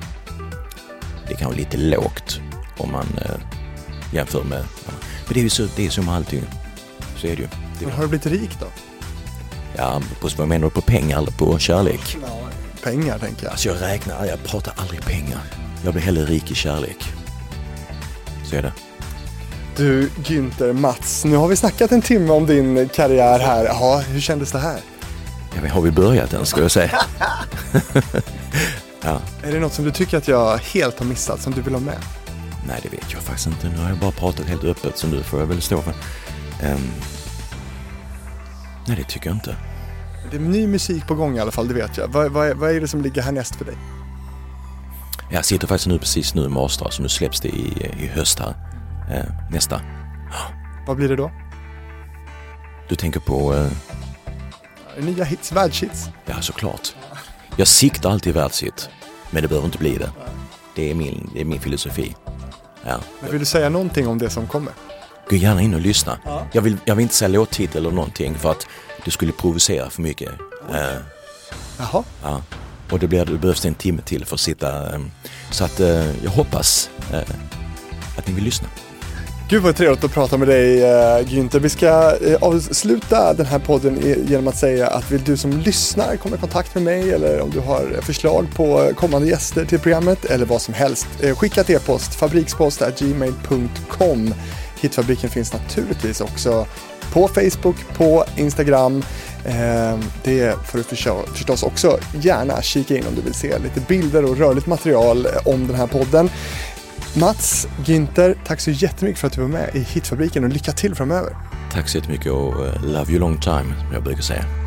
det kan vara lite lågt om man eh, jämför med. Men det är ju så, det är som alltid. Så är det ju. Det Men har du blivit rik då? Ja, på, vad menar du, på pengar eller på kärlek? Ja, pengar tänker jag. Alltså jag räknar, jag pratar aldrig pengar. Jag blir hellre rik i kärlek. Så är det. Du, Günther, Mats, nu har vi snackat en timme om din karriär här. Ja, hur kändes det här? Ja, men har vi börjat än, ska jag säga? Ja. Är det något som du tycker att jag helt har missat som du vill ha med? Nej, det vet jag faktiskt inte. Nu har jag bara pratat helt öppet, som du får jag väl stå för. Um, nej, det tycker jag inte. Det är ny musik på gång i alla fall, det vet jag. Vad, vad, vad är det som ligger härnäst för dig? Jag sitter faktiskt nu precis nu i Master, så nu släpps det i, i höst här. Uh, nästa. Vad blir det då? Du tänker på... Uh... Nya hits, världshits. Ja, såklart. Jag siktar alltid världshit, men det behöver inte bli det. Det är min, det är min filosofi. Ja. Men vill du säga någonting om det som kommer? Gå gärna in och lyssna. Ja. Jag, vill, jag vill inte säga låttitel eller någonting för att det skulle provocera för mycket. Uh, Jaha. Ja. Och det, blir, det behövs en timme till för att sitta. Um, så att uh, jag hoppas uh, att ni vill lyssna. Gud vad trevligt att prata med dig, Günther. Vi ska avsluta den här podden genom att säga att vill du som lyssnar komma i kontakt med mig eller om du har förslag på kommande gäster till programmet eller vad som helst, skicka ett e-post, fabrikspost at gmail punkt com. Hitfabriken finns naturligtvis också på Facebook, på Instagram. Det får du förstås också gärna kika in om du vill se lite bilder och rörligt material om den här podden. Mats, Günther, tack så jättemycket för att du var med i Hitfabriken och lycka till framöver. Tack så jättemycket och uh, love you long time, som jag brukar säga.